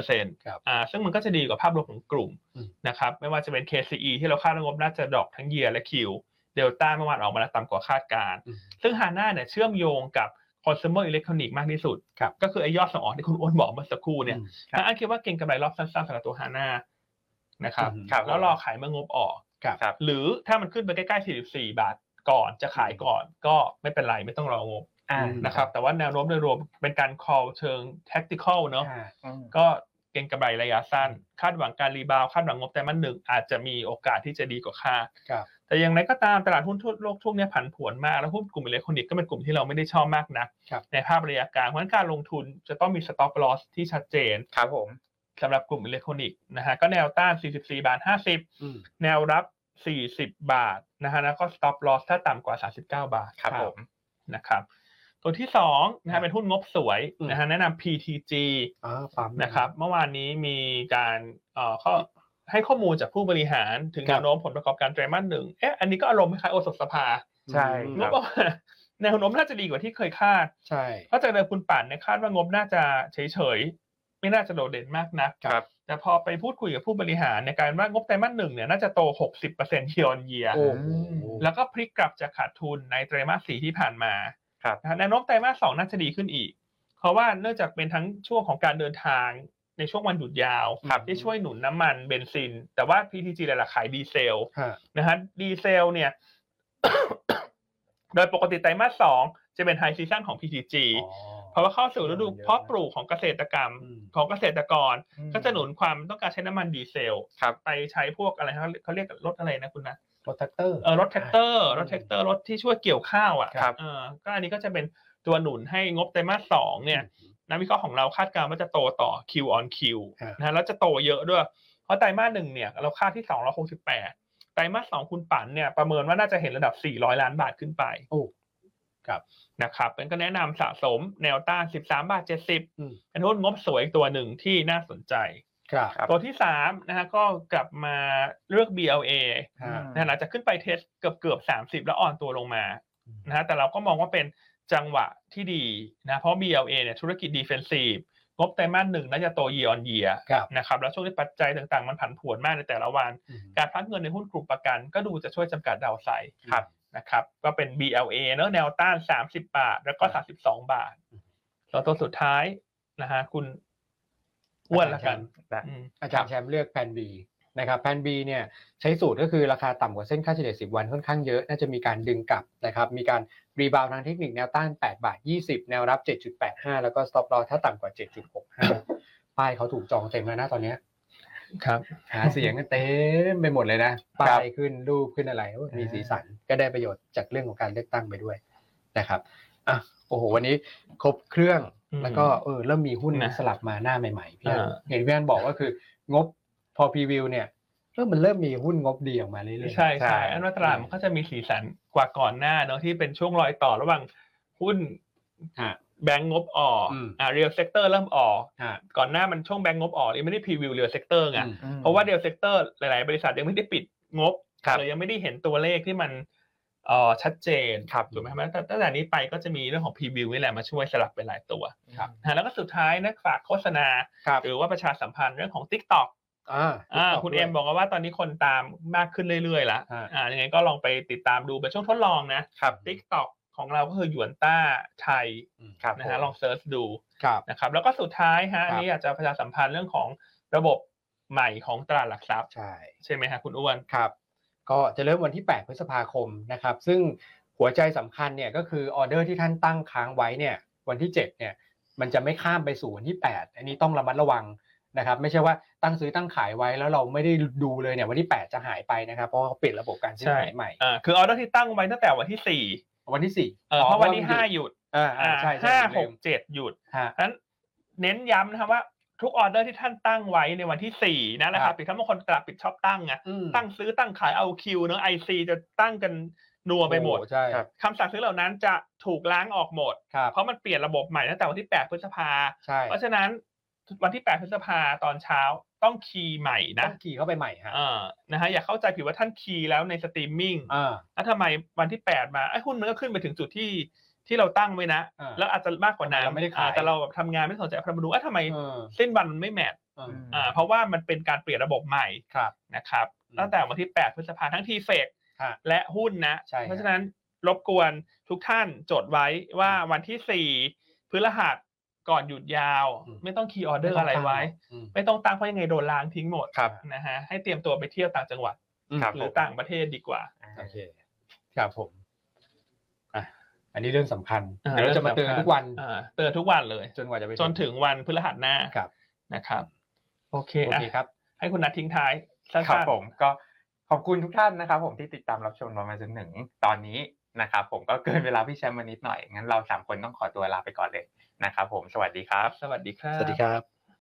24% ซึ่งมันก็จะดีกว่าภาพรวมของกลุ่มนะครับไม่ว่าจะเป็น KCE ที่เราคาดว่างบน่าจะดรอปทั้ง year และ Q Delta เมื่อวานออกมาแล้วต่ำกว่าคาดการณ์ซึ่ง HANA เนี่ยเชื่อมโยงกับ consumer electronic มากที่สุดก็คือไอ้ยอดส่งออกที่คุณอ้วนบอกเมื่อสักครู่เนี่ยอันคิดว่าเก็งกำไรรอบสั้นๆสำหรับตัว HANA นะครับแล้วรอขายเมื่องบออกหรือถ้ามันขึ้นไปใกล้ๆ44บาทก่อนจะขายก่อนก็ไม่เป็นไรไม่ต้องรองบนะครับแต่ว่าแนวโน้มโดยรวมเป็นการ call เชิง tactical เนาะก็เก็งกำไรระยะสั้นคาดหวังการรีบาวคาดหวังงบไตรมาส1อาจจะมีโอกาสที่จะดีกว่าคาดแต่อย่างไรก็ตามตลาดหุ้นทั่วโลกช่วงนี้ผันผวนมากแล้วหุ้นกลุ่มอิเล็กทรอนิกส์ก็เป็นกลุ่มที่เราไม่ได้ชอบมากนักในภาพระยะกลางเพราะฉะนั้นการลงทุนจะต้องมี stop loss ที่ชัดเจนครับผมสำหรับกลุ่มอิเล็กทรอนิกส์นะฮะก็แนวต้าน44.50 บาทแนวรับ40บาทนะฮะแล้วก็ stop loss ถ้าต่ำกว่า39บาทครับผมนะครับตัวที่2นะฮะเป็นหุ้นงบสวยนะฮะแนะนำ PTG นะครับเมื่อวานนี้มีการข้อให้ข้อมูลจากผู้บริหารถึงแนวโน้มผลประกอบการไตรมาส1อันนี้ก็อารมณ์คล้ายโอสถสภาใช่งบแนวโน้มน่าจะดีกว่าที่เคยคาดใช่เพราะจากเดิมคุณปั่นเนี่ยคาดว่างบน่าจะเฉยๆไม่น่าจะโดดเด่นมากนักแต่พอไปพูดคุยกับผู้บริหารในการว่างบไตรมาส1เนี่ยน่าจะโต 60% year on year แล้วก็พลิกกลับจากขาดทุนในไตรมาส4ที่ผ่านมาแนวโน้มไตรมาส2น่าจะดีขึ้นอีกเพราะว่าเนื่องจากเป็นทั้งช่วงของการเดินทางในช่วงวันหยุดยาวที่ช่วยหนุนน้ำมันเบนซินแต่ว่า PTG หลักๆขายดีเซลนะฮะดีเซลเนี่ย โดยปกติไตรมาส2จะเป็นไฮซีซั่นของ PTG เพราะว่าเข้าสู่ฤดูเพาะปลูกของเกษตรกรรมของเกษตรกรก็จะหนุนความต้องการใช้น้ำมันดีเซลไปใช้พวกอะไรเขาเรียกรถอะไรนะคุณนะรถแท็กเตอร์รถแท็กเตอร์รถที่ช่วยเกี่ยวข้าวก็อันนี้ก็จะเป็นตัวหนุนให้งบไตรมาส2เนี่ยนักวิเคราะห์ของเราคาดการณ์ว่าจะโตต่อ Q on Q นะแล้วจะโตเยอะด้วยเพราะไตรมาส1เนี่ยเราคาดที่268ไตรมาส2คุณปั่นเนี่ยประเมินว่าน่าจะเห็นระดับ400ล้านบาทขึ้นไปครับนะครับเป็นก็แนะนำสะสมแนวต้าน13.70เป็นหุ้นงบสวยตัวหนึ่งที่น่าสนใจตัวที่3นะฮะก็กลับมาเลือก BLA นะหลังจากขึ้นไปเทสเกือบ30แล้วอ่อนตัวลงมานะฮะแต่เราก็มองว่าเป็นจังหวะที่ดีนะเพราะ BLA เนี่ยธุรกิจ Defensive งบไตรมาส1น่าจะโต year on year นะครับแล้วช่วงที่ปัจจัยต่างๆมันผันผวนมากในแต่ละวันการพักเงินในหุ้นกลุ่มประกันก็ดูจะช่วยจำกัดดาวไซด์นะครับก็เป็น BLA เนอะแนวต้าน30บาทแล้วก็32บาทแล้วตัวสุดท้ายนะฮะคุณอ้วนละกันอาจารย์แชมป์เลือกแพน B นะครับแพน B เนี่ยใช้สูตรก็คือราคาต่ำกว่าเส้นค่าเฉลี่ย10วันค่อนข้างเยอะน่าจะมีการดึงกลับนะครับมีการรีบาวทางเทคนิคแนวต้าน8.20แนวรับ 7.85 แล้วก็ stop loss ถ้าต่ำกว่า 7.65 ป้ายเขาถูกจองเต็มแล้วนะตอนนี้ครับหาเสียงกันเต็มไปหมดเลยนะป้ายขึ้นรูปขึ้นอะไรมีสีสันก็ได้ประโยชน์จากเรื่องของการเลือกตั้งไปด้วยนะครับโอ้โหวันนี้ครบเครื่องแล้วก็เริ่มมีหุ้นสลับมาหน้าใหม่ๆพี่เห็นพี่อันบอกว่าคืองบพอพรีวิวเนี่ยมันเริ่มมีหุ้นงบดีออกมาเรื่อยๆใช่อันว่าตลาดมันก็จะมีสีสันกว่าก่อนหน้าเนาะที่เป็นช่วงรอยต่อระหว่างหุ้นแบงก์งบออกเรียลเซกเตอร์เริ่มออกก่อนหน้ามันช่วงแบงก์งบออกยังไม่ได้พรีวิวเรียลเซกเตอร์ไงเพราะว่าเรียลเซกเตอร์หลายๆบริษัทยังไม่ได้ปิดงบเลยยังไม่ได้เห็นตัวเลขที่มันชัดเจนถูกไหมครับตั้งแต่นี้ไปก็จะมีเรื่องของพรีวิวนี่แหละมาช่วยสลับไปหลายตัวแล้วก็สุดท้ายนะฝากโฆษณาหรือว่าประชาสัมพันธ์เรื่องของ TikTok คุณเอ็มบอกว่าตอนนี้คนตามมากขึ้นเรื่อยๆแล้วยังไงก็ลองไปติดตามดูเป็นช่วงทดลองนะครับ TikTok ของเราก็คือหยวนต้าไทยนะฮะลองเซิร์ชดูนะครับแล้วก็สุดท้ายฮะอันนี้อยากจะประชาสัมพันธ์เรื่องของระบบใหม่ของตลาดหลักทรัพย์ใช่ไหมฮะคุณอ้วนครับก็จะเริ่มวันที่8พฤษภาคมนะครับซึ่งหัวใจสำคัญเนี่ยก็คือออเดอร์ที่ท่านตั้งค้างไว้เนี่ยวันที่7เนี่ยมันจะไม่ข้ามไปสู่วันที่8อันนี้ต้องระมัดระวังนะครับไม่ใช่ว่าตั้งซื้อตั้งขายไว้แล้วเราไม่ได้ดูเลยเนี่ยวันที่8จะหายไปนะครับเพราะเขาเปลี่ยนระบบการซื้อขายใหม่คือออเดอร์ที่ตั้งไว้ตั้งแต่วันที่4 วันที่4 เพราะวันที่5หยุดใช่ 5 6 7หยุดนั้นเน้นย้ำนะครับว่าทุกออเดอร์ที่ท่านตั้งไว้ในวันที่4นะครับหรือถ้าบางคนตลาดปิดช็อปตั้งตั้งซื้อตั้งขายเอาคิวเนอะICจะตั้งกันนัวไปหมดคำสั่งซื้อเหล่านั้นจะถูกล้างออกหมดเพราะมันเปลี่ยนระบบใหม่ตั้งแต่วันที่8พฤษภาเพราะฉะนั้นวันที่8พฤษภาตอนเช้าต้องคีย์ใหม่นะต้องคีย์เข้าไปใหม่ฮะนะฮะอย่าเข้าใจผิดว่าท่านคีย์แล้วในสตรีมมิ่งแล้วทำไมวันที่8มาไอ้หุ้นมันก็ขึ้นไปถึงจุดที่เราตั้งไว้นะแล้วอาจจะมากกว่านั้นแต่เราแบบทำงานไม่สนใจพอมาดูทำไมสิ้นวันมันไม่แมทเพราะว่ามันเป็นการเปลี่ยนระบบใหม่นะครับตั้งแต่วันที่8พฤษภาทั้งทีเฟกและหุ้นนะเพราะฉะนั้นรบกวนทุกท่านจดไว้ว่าวันที่4พฤหัสก่อนหยุดยาวไม่ต้องคีย์ออเดอร์อะไรไว้ไม่ต้องตั้งเพราะยังไงโดนล้างทิ้งหมดนะฮะให้เตรียมตัวไปเที่ยวต่างจังหวัดหรือต่างประเทศดีกว่าโอเคครับผมอันนี้เรื่องสำคัญเดี๋ยวเราจะมาเตือนทุกวันเตือนทุกวันเลยจนกว่าจะไปจนถึงวันพฤหัสหน้านะครับโอเคครับให้คุณนัททิ้งท้ายครับผมก็ขอบคุณทุกท่านนะครับผมที่ติดตามรับชมมาจนถึงตอนนี้นะครับผมก็เกินเวลาพี่แชมป์มานิดหน่อยงั้นเรา3คนต้องขอตัวลาไปก่อนเลยนะครับผมสวัสดีครับสวัสดีครับสวัสดีครับ